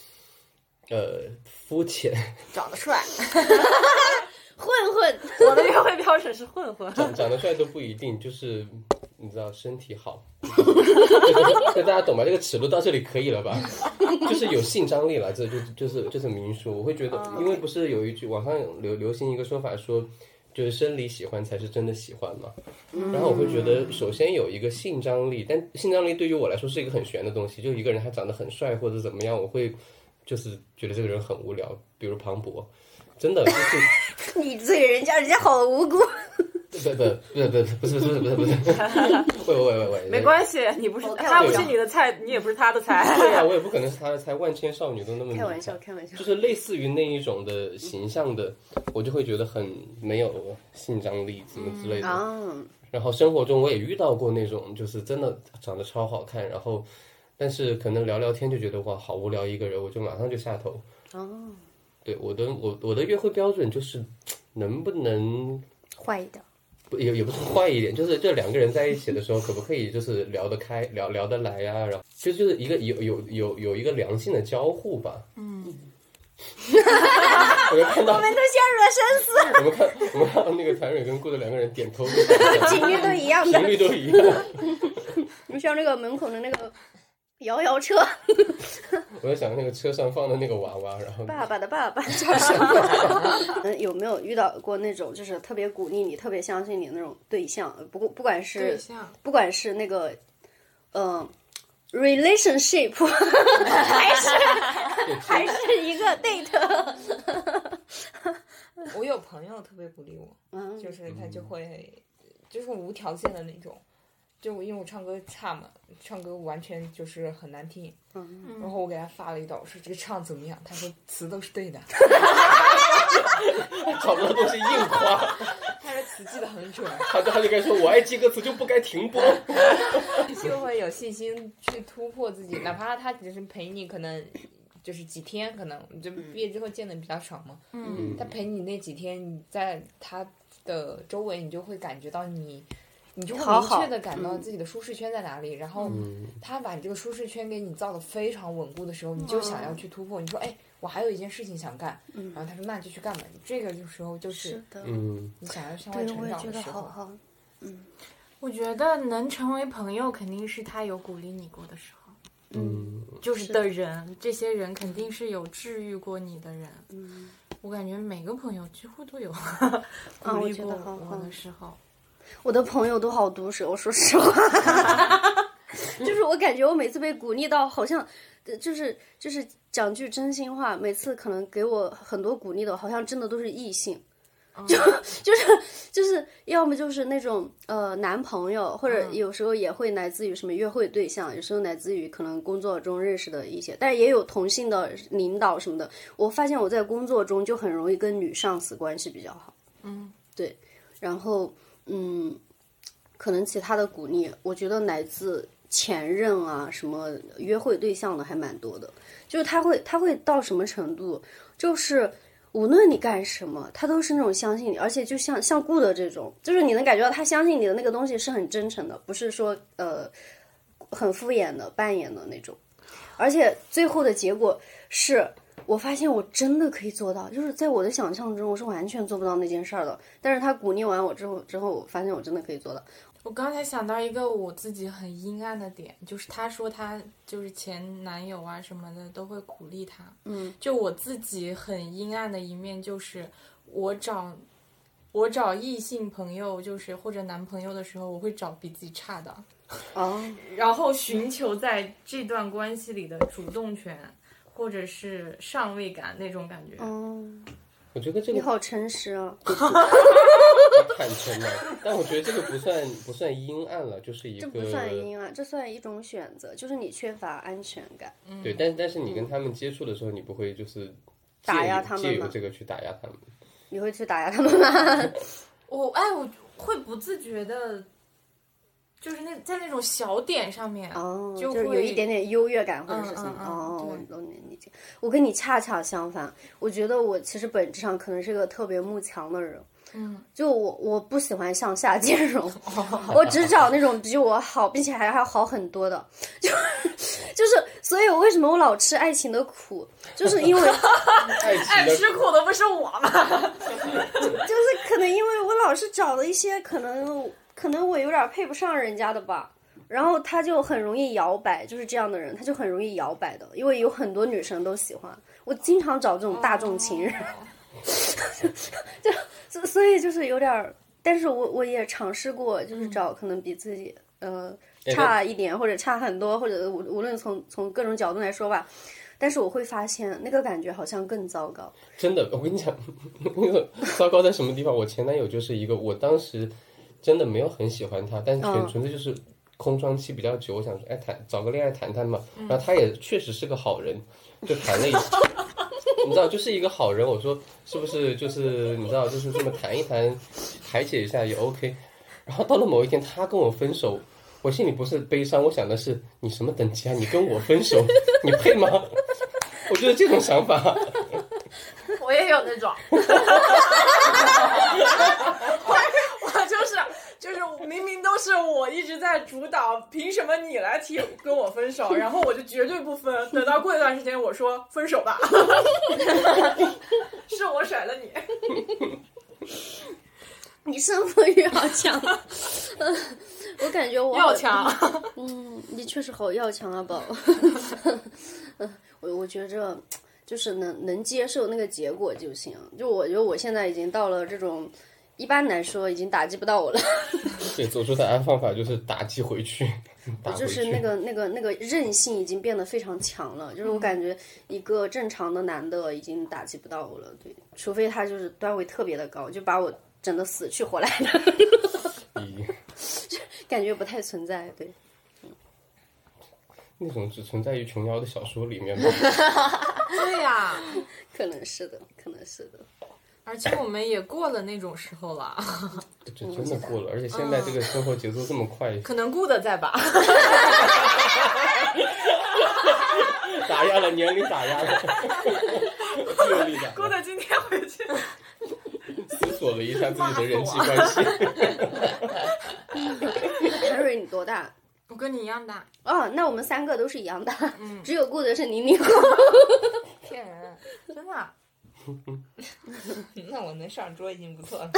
肤浅。 长得帅。 混混。 我的约会标准是混混。 长得帅都不一定，就是你知道身体好。大家懂吧？这个尺度到这里可以了吧？就是有性张力了，这就是明说。我会觉得，因为不是有一句网上流行一个说法说，就是生理喜欢才是真的喜欢嘛。然后我会觉得，首先有一个性张力，但性张力对于我来说是一个很玄的东西。就一个人他长得很帅或者怎么样，我会就是觉得这个人很无聊。比如庞博，真的就是你罪人家好无辜。 不是，喂， 没关系，你不是他不是你的菜，你也不是他的菜。 对啊，我也不可能是他的菜，万千少女都那么开玩笑， 就是类似于那一种的形象的，我就会觉得很没有性张力，什么之类的。然后生活中我也遇到过那种，就是真的长得超好看，然后但是可能聊聊天就觉得哇好无聊一个人，我就马上就下头。对，我的约会标准就是能不能坏一点。 也不是坏一点，就是这两个人在一起的时候，可不可以就是聊得开、聊得来呀？然后就是一个有一个良性的交互吧。我就看到我们都陷入了深思。 我们看到那个谭蕊跟顾的两个人点头， 频率都一样的， 频率都一样。 你像那个门口的那个摇摇车。 我在想那个车上放的那个娃娃，然后爸爸的爸爸叫什么？有没有遇到过那种就是特别鼓励你、特别相信你的那种对象？不管是那个relationship 还是一个 date。 我有朋友特别鼓励我，就是他就会就是无条件的那种。就因为我唱歌差嘛，唱歌完全就是很难听，然后我给他发了一道，我说这个唱怎么样？他说词都是对的， 找不到东西硬夸， 他说词记得很准， 他就该说我爱记歌词就不该停播， 就会有信心去突破自己，哪怕他只是陪你可能就是几天，可能就毕业之后见的比较少嘛，他陪你那几天，你在他的周围，你就会感觉到你就会明确的感到自己的舒适圈在哪里，然后他把这个舒适圈给你造得非常稳固的时候，你就想要去突破。你说，哎，我还有一件事情想干，然后他说那就去干吧。这个时候就是你想要向外成长的时候。 我觉得能成为朋友，肯定是他有鼓励你过的时候。就是的人，这些人肯定是有治愈过你的人。 我感觉每个朋友几乎都有鼓励过我的时候。 我的朋友都好毒舌，说实话，就是我感觉我每次被鼓励到，好像就是讲句真心话，每次可能给我很多鼓励的，好像真的都是异性。就是要么就是那种男朋友，或者有时候也会来自于什么约会对象，有时候来自于可能工作中认识的一些，但是也有同性的领导什么的。我发现我在工作中就很容易跟女上司关系比较好，对，然后可能其他的鼓励，我觉得来自前任啊，什么约会对象的还蛮多的，就是他会到什么程度，就是无论你干什么，他都是那种相信你，而且就像顾的这种，就是你能感觉到他相信你的那个东西是很真诚的，不是说很敷衍的扮演的那种。而且最后的结果是我发现我真的可以做到，就是在我的想象中我是完全做不到那件事儿的，但是他鼓励完我之后我发现我真的可以做到。 我刚才想到一个我自己很阴暗的点，就是他说他就是前男友啊什么的都会鼓励他，就我自己很阴暗的一面就是我找异性朋友就是或者男朋友的时候，我会找比自己差的，然后寻求在这段关系里的主动权或者是上位感那种感觉。 我觉得这个你好诚实啊， 坦诚了，但我觉得这个不算阴暗了，就是一个这不算阴暗，这算一种选择，就是你缺乏安全感。 对，但是你跟他们接触的时候，你不会就是打压他们吗？ 借由这个去打压他们。 你会去打压他们吗？ 我会不自觉的，就是在那种小点上面， 就是有一点点优越感或者是什么。我能理解。我跟你恰恰相反，我觉得我其实本质上可能是个特别慕强的人。就我不喜欢向下兼容，我只找那种比我好，并且还要好很多的，就是，所以我为什么我老吃爱情的苦，就是因为爱吃苦的不是我吗？ 就是可能因为我老是找了一些可能我有点配不上人家的吧，然后他就很容易摇摆，就是这样的人他就很容易摇摆的，因为有很多女生都喜欢我，经常找这种大众情人。所以就是有点，但是我也尝试过，就是找可能比自己差一点或者差很多，或者无论从各种角度来说吧，但是我会发现那个感觉好像更糟糕。真的， 我跟你讲，那个糟糕在什么地方？我前男友就是一个，我当时真的没有很喜欢他，但是纯粹就是空窗期比较久，我想说，找个恋爱谈谈嘛。然后他也确实是个好人，就谈了一下。你知道，就是一个好人，我说是不是就是你知道，就是这么谈一谈，排解一下也 OK。然后到了某一天，他跟我分手，我心里不是悲伤，我想的是你什么等级啊？你跟我分手，你配吗？我觉得这种想法， 我也有那种，我就是明明都是我一直在主导，凭什么你来提跟我分手？然后我就绝对不分。等到过一段时间，我说分手吧，是我甩了你。 你胜负欲好强，我感觉我要强。 你确实好要强啊，宝。我觉着就是能接受那个结果就行。就我觉得我现在已经到了这种。一般来说已经打击不到我了。 对，走出打压方法就是打击回去， 就是那个韧性已经变得非常强了。就是我感觉一个正常的男的已经打击不到我了，对，除非他就是段位特别的高，就把我整得死去活来的，感觉不太存在，对。 那种只存在于琼瑶的小说里面吗？ 对呀， 可能是的。 而且我们也过了那种时候了， 这真的过了，而且现在这个生活节奏这么快， 可能顾的在吧？ 打压了，年龄打压了，阅历打。 顾的今天回去思索了一下自己的人际关系。 韩蕊，你多大？ 我跟你一样大。 哦，那我们3个都是一样大，只有顾的是00后。 骗人，真的。 那我能上桌已经不错了。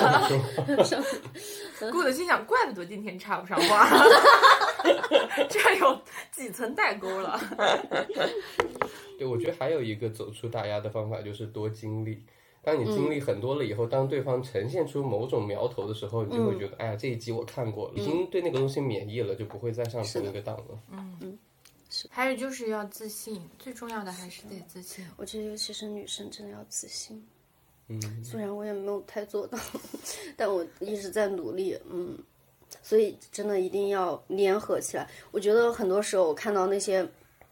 顾德心想，怪不得今天插不上话，这有几层代沟了。 对，我觉得还有一个走出大压的方法就是多经历。当你经历很多了以后，当对方呈现出某种苗头的时候，你就会觉得，哎呀，这一集我看过了，已经对那个东西免疫了，就不会再上同一个当了。 还有就是要自信，最重要的还是得自信。 我觉得尤其是女生真的要自信。虽然我也没有太做到，但我一直在努力。所以真的一定要联合起来。我觉得很多时候我看到那些。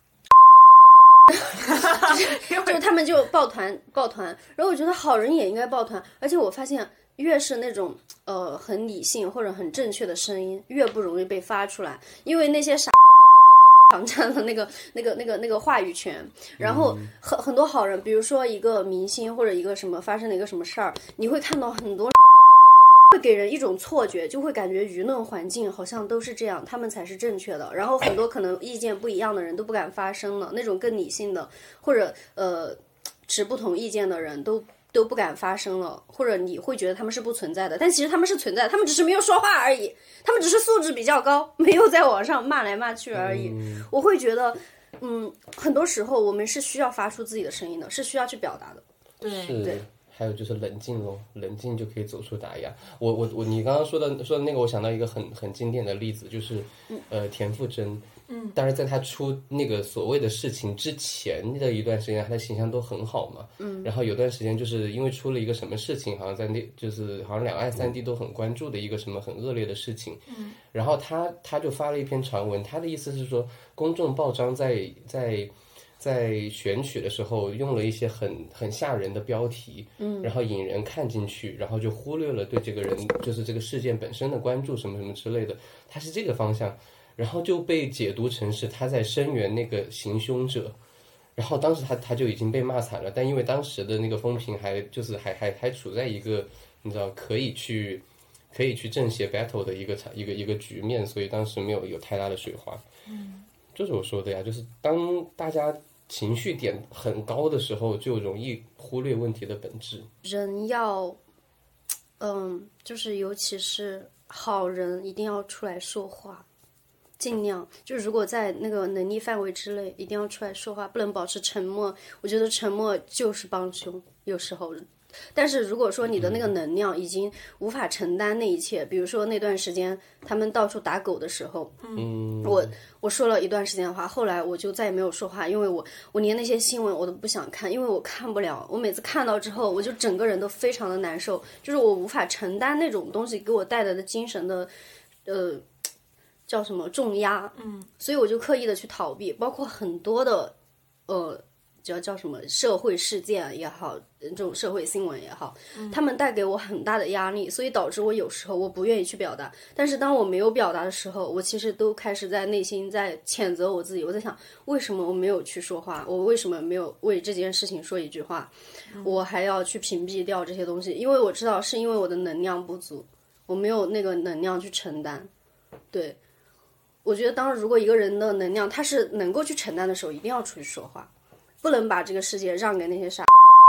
就他们就抱团，然后我觉得好人也应该抱团，而且我发现越是那种很理性或者很正确的声音，越不容易被发出来，因为那些傻抢占了那个话语权，然后很多好人，比如说一个明星或者一个什么发生了一个什么事儿，你会看到很多。会给人一种错觉，就会感觉舆论环境好像都是这样，他们才是正确的，然后很多可能意见不一样的人都不敢发声了，那种更理性的或者持不同意见的人都不敢发声了，或者你会觉得他们是不存在的，但其实他们是存在的，他们只是没有说话而已，他们只是素质比较高，没有在网上骂来骂去而已。我会觉得很多时候我们是需要发出自己的声音的，是需要去表达的。 对，还有就是冷静咯，冷静就可以走出打压。你刚刚说的那个，我想到一个很经典的例子，就是田馥甄。但是在她出那个所谓的事情之前的一段时间，她的形象都很好嘛。然后有段时间就是因为出了一个什么事情，好像就是好像两岸三地都很关注的一个什么很恶劣的事情。然后她就发了一篇长文，她的意思是说，公众报章在选取的时候用了一些很吓人的标题，然后引人看进去，然后就忽略了对这个人就是这个事件本身的关注什么什么之类的，他是这个方向，然后就被解读成是他在声援那个行凶者，然后当时他就已经被骂惨了，但因为当时的那个风评还处在一个你知道可以去正邪 battle 的一个局面，所以当时没有太大的水花。就是我说的呀，就是当大家情绪点很高的时候，就容易忽略问题的本质。 人要，就是尤其是好人，一定要出来说话，尽量就是如果在那个能力范围之内，一定要出来说话，不能保持沉默。我觉得沉默就是帮凶，有时候。但是如果说你的那个能量已经无法承担那一切，比如说那段时间他们到处打狗的时候，我说了一段时间的话，后来我就再也没有说话，因为我连那些新闻我都不想看，因为我看不了，我每次看到之后我就整个人都非常的难受，就是我无法承担那种东西给我带来的精神的叫什么重压，所以我就刻意的去逃避，包括很多的叫什么社会事件也好，这种社会新闻也好，他们带给我很大的压力，所以导致我有时候我不愿意去表达。但是当我没有表达的时候，我其实都开始在内心在谴责我自己。我在想，为什么我没有去说话？我为什么没有为这件事情说一句话？我还要去屏蔽掉这些东西，因为我知道是因为我的能量不足，我没有那个能量去承担。对，我觉得如果一个人的能量他是能够去承担的时候，一定要出去说话。不能把这个世界让给那些傻，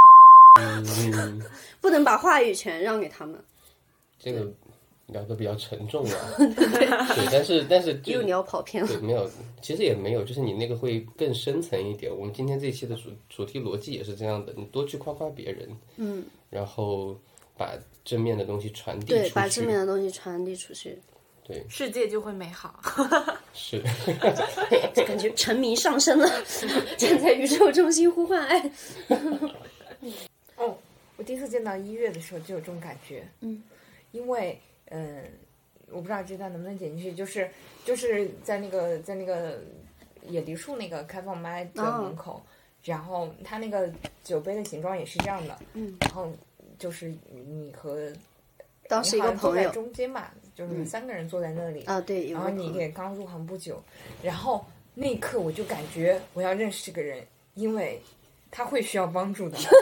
不能把话语权让给他们。 这个聊得比较沉重了，对，但是又你要跑偏了。 对，没有，其实也没有，就是你那个会更深层一点。我们今天这一期的主题逻辑也是这样的，你多去夸夸别人，然后把正面的东西传递出去， 对，把正面的东西传递出去。 对， 世界就会美好。 是， 感觉沉迷上升了，站在宇宙中心呼唤爱。 我第一次见到一月的时候就有这种感觉，因为我不知道这段能不能剪进去，就是在那个野梨树那个开放麦的门口，然后它那个酒杯的形状也是这样的，然后就是你和当时一个朋友在中间嘛，就是3个人坐在那里啊，对， 然后你也刚入行不久，然后那一刻我就感觉我要认识这个人，因为他会需要帮助的，因为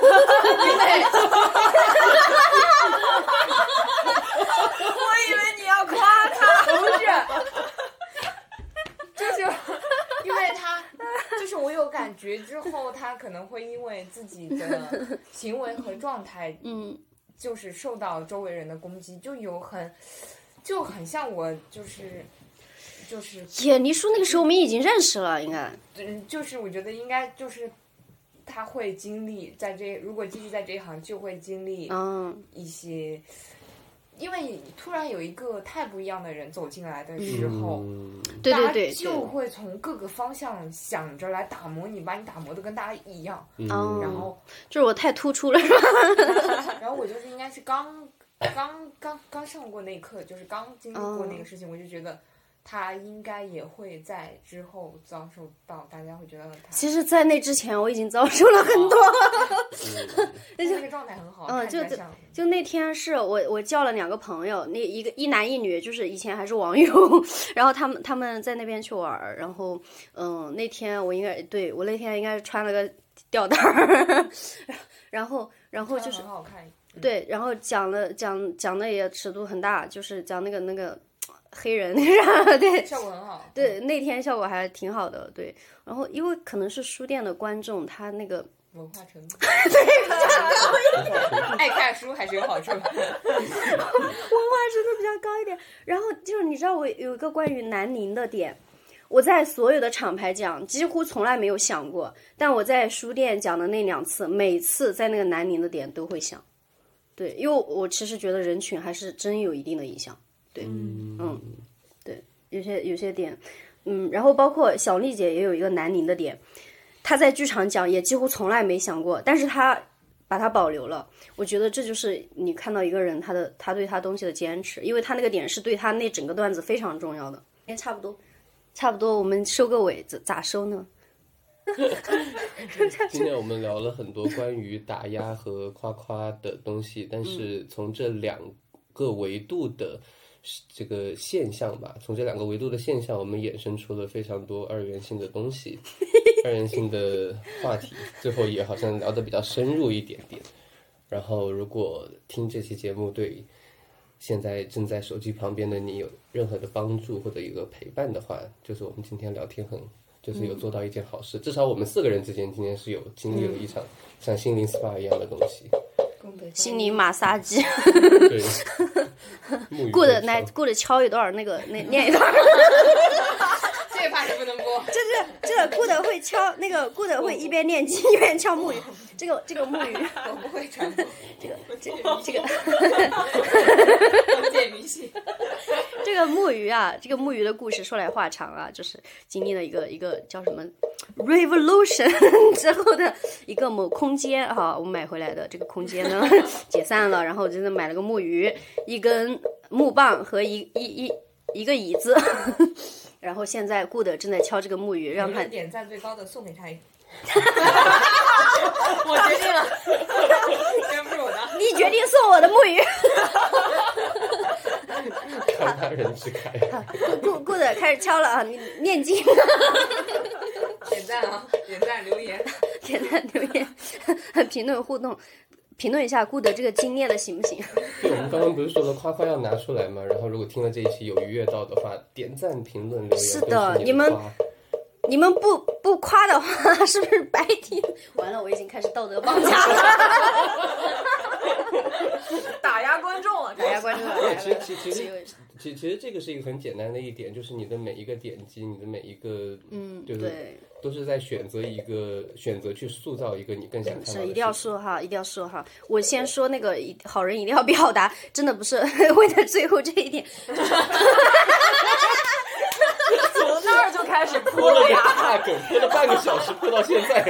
我以为你要夸他， 不是，就是因为他，就是我有感觉之后，他可能会因为自己的行为和状态，就是受到周围人的攻击，就很像我就是耶，你说那个时候我们已经认识了，应该就是我觉得应该就是他会经历如果继续在这一行，就会经历一些。因为突然有一个太不一样的人走进来的时候， 对对对， 就会从各个方向想着来打磨你，把你打磨的跟大家一样。然后就是我太突出了，是吧？ 然后我就是应该是刚上过那一课，就是刚经历过那个事情，我就觉得他应该也会在之后遭受到，大家会觉得他。 其实，在那之前我已经遭受了很多。 那个状态很好。 就那天是我叫了2个朋友，那一男一女，就是以前还是网友，然后他们在那边去玩，然后那天我那天应该是穿了个吊带儿，然后就是很好看。 对，然后讲的也尺度很大，就是讲那个黑人那个，对， 效果很好。 对，那天效果还挺好的，对。然后因为可能是书店的观众，他那个文化程度， 对， 爱看书还是有好处。文化程度比较高一点。然后就是你知道我有一个关于南宁的点，我在所有的厂牌讲几乎从来没有想过，但我在书店讲的那2次，每次在那个南宁的点都会想。对，因为我其实觉得人群还是真有一定的影响。对，对，有些点，然后包括小丽姐也有一个南宁的点，她在剧场讲也几乎从来没想过，但是她把它保留了。我觉得这就是你看到一个人他对他东西的坚持，因为他那个点是对他那整个段子非常重要的。差不多，我们收个尾，咋收呢？ 今天我们聊了很多关于打压和夸夸的东西，但是从这2个维度的这个现象吧，从这2个维度的现象，我们衍生出了非常多二元性的东西，二元性的话题，最后也好像聊得比较深入一点点。然后，如果听这期节目对现在正在手机旁边的你有任何的帮助或者一个陪伴的话，就是我们今天聊天就是有做到一件好事，至少我们4个人之间今天是有经历了一场像心灵 SPA 一样的东西， 心灵马杀鸡。 对， 顾着敲一段那个念一段。 这怕是不能播。 这个顾的会敲那个顾的会一边念经一边敲木鱼，这个木鱼我不会传播。 这个封建迷信。 这个木鱼啊，这个木鱼的故事说来话长啊，就是经历了一个叫什么 revolution 之后的一个某空间哈，我买回来的这个空间呢解散了，然后我真的买了个木鱼，一根木棒和一个椅子。然后现在顾德正在敲这个木鱼，让他点赞最高的送给他一个。 我决定了， 这不是我的。 你决定送我的木鱼。 看他人之开。 顾德开始敲了啊，你念经。 点赞啊，点赞留言， 评论互动。评论一下顾德这个经念的行不行？ 对，我们刚刚不是说了夸夸要拿出来吗？然后如果听了这一期有愉悦到的话，点赞、评论、留言。 是的，你们不夸的话，是不是白听？完了，我已经开始道德绑架了。 打压观众了， 打压观众了。 其实这个是一个很简单的一点，就是你的每一个点击，你的每一个就是都是在选择去塑造一个你更想看到的事情。 是一定要说哈，我先说那个好人一定要表达，真的不是为了最后这一点。 从那儿就开始哭了呀， 大梗哭了半个小时，哭到现在。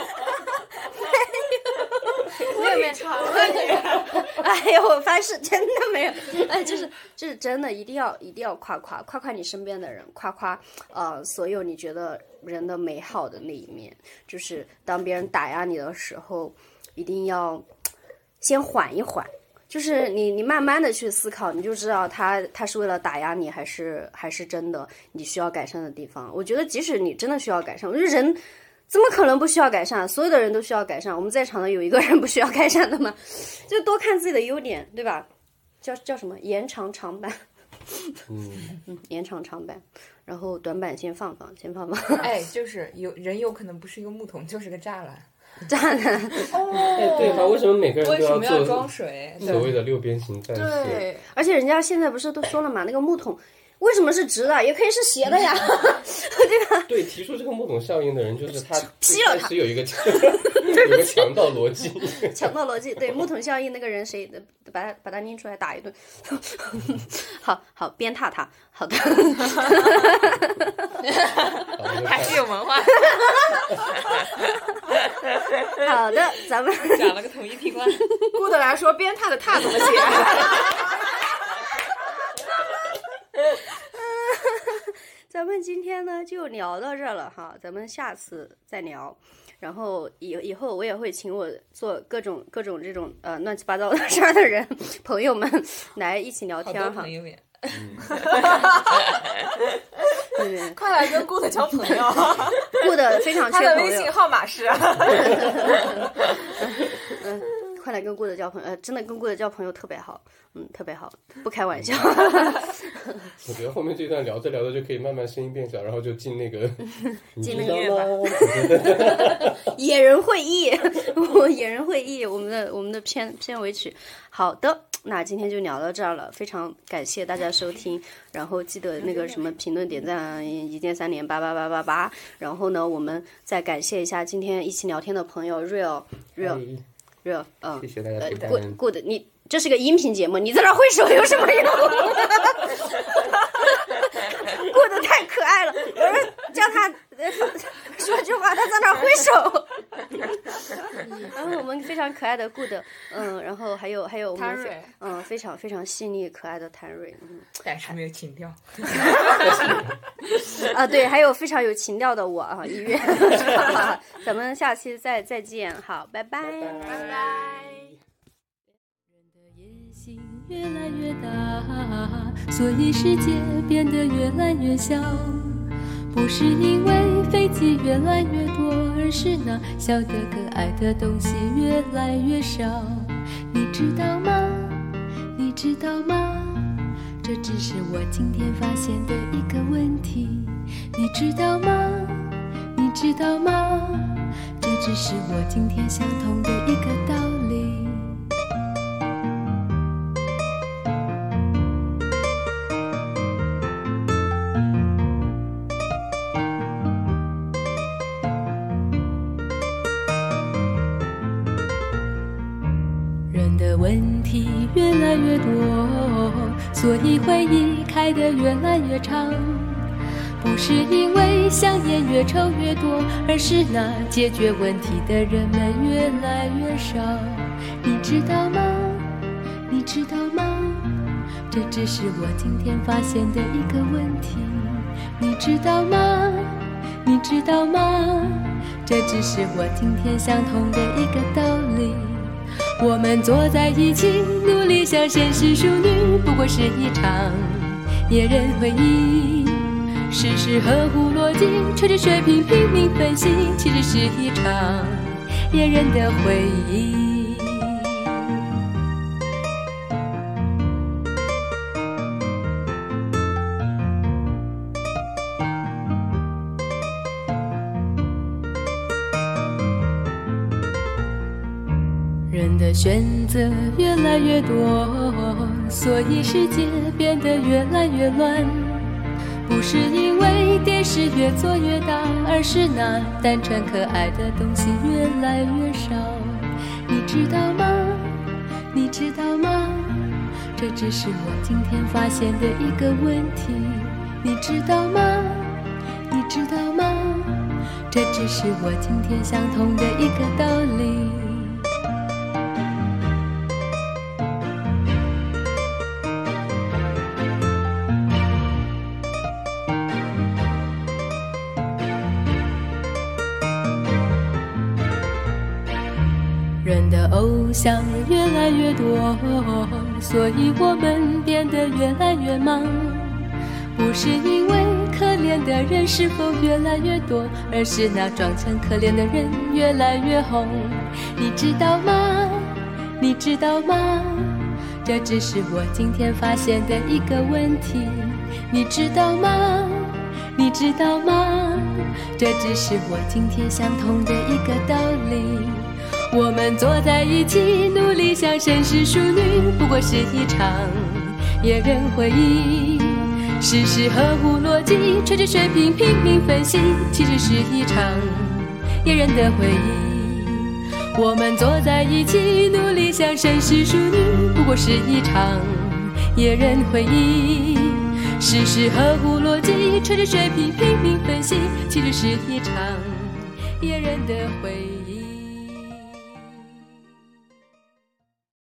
没有唱，哎呀，我发誓真的没有，哎，就是真的，一定要夸你身边的人，夸所有你觉得人的美好的那一面，就是当别人打压你的时候，一定要先缓一缓，就是你慢慢的去思考，你就知道他是为了打压你，还是真的你需要改善的地方。我觉得即使你真的需要改善，我觉得人怎么可能不需要改善？所有的人都需要改善。我们在场的有一个人不需要改善的吗？就多看自己的优点，对吧？叫什么？延长长板。 延长长版，然后短版先放放。 哎，就是有可能不是一个木桶，就是个栅栏。 栅栏。 哎，对吧？为什么每个人都为什么要做装水？ 所谓的六边形战士？ 对， 而且人家现在不是都说了嘛，那个木桶为什么是直的，也可以是斜的呀？对吧？ 对，提出这个木桶效应的人就是他， 劈了他， 有一个强盗逻辑。 强盗逻辑，对，木桶效应那个人谁把他拎出来打一顿。好，鞭挞他。好的。 还是有文化。 好的，咱们讲了个统一批观。 顾德来说鞭挞的挞怎么写？ 咱们今天呢就聊到这儿了哈，咱们下次再聊。然后以后我也会请我做各种这种乱七八糟的事儿的人朋友们来一起聊天哈。 好多朋友呀。 对， 快来跟顾德交朋友。 顾德非常缺朋友。 他的微信号码是。 快来跟顾德交朋友，真的跟顾德交朋友特别好，特别好，不开玩笑。 我觉得后面这段聊着聊着就可以慢慢声音变小，然后就进那个乐吧。野人会议，野人会议，我们的片尾曲。好的，那今天就聊到这儿了，非常感谢大家收听，然后记得那个什么评论点赞1键3连88888，然后呢，我们再感谢一下今天一起聊天的朋友 real， 谢谢大家。 good， 你这是个音频节目，你在那挥手有什么用？过得太可爱了，有人叫他说句话，他在那挥手。然后我们非常可爱的 good， 然后还有我们非常非常细腻可爱的谭瑞， 但是没有情调。 啊，对，还有非常有情调的我啊，一月。咱们下期再见，好，拜拜， 拜拜。 越来越大，所以世界变得越来越小。不是因为飞机越来越多，而是那小的可爱的东西越来越少。你知道吗？你知道吗？这只是我今天发现的一个问题。你知道吗？你知道吗？这只是我今天想通的一个道理。问题越来越多，所以回忆开得越来越长。不是因为香烟越抽越多，而是那解决问题的人们越来越少。你知道吗？你知道吗？这只是我今天发现的一个问题。你知道吗？你知道吗？这只是我今天想通的一个道理。我们坐在一起，努力向现实淑女，不过是一场野人会议。事实合乎逻辑，吹着水平拼命分析，其实是一场野人的会议。人的选择越来越多，所以世界变得越来越乱。不是因为电视越做越大，而是那单纯可爱的东西越来越少。你知道吗？你知道吗？这只是我今天发现的一个问题。你知道吗？你知道吗？这只是我今天想通的一个道理。人的偶像越来越多，所以我们变得越来越忙。不是因为可怜的人是否越来越多，而是那装成可怜的人越来越红。你知道吗？你知道吗？ 这只是我今天发现的一个问题，你知道吗？你知道吗？这只是我今天想通的一个道理。我们坐在一起努力像绅士淑女，不过是一场野人会议，事事合乎逻辑，吹着水平拼命分析，其实是一场野人的会议。我们坐在一起努力像绅士淑女，不过是一场野人会议，事事合乎逻辑，吹着水平拼命分析，其实是一场野人的会议。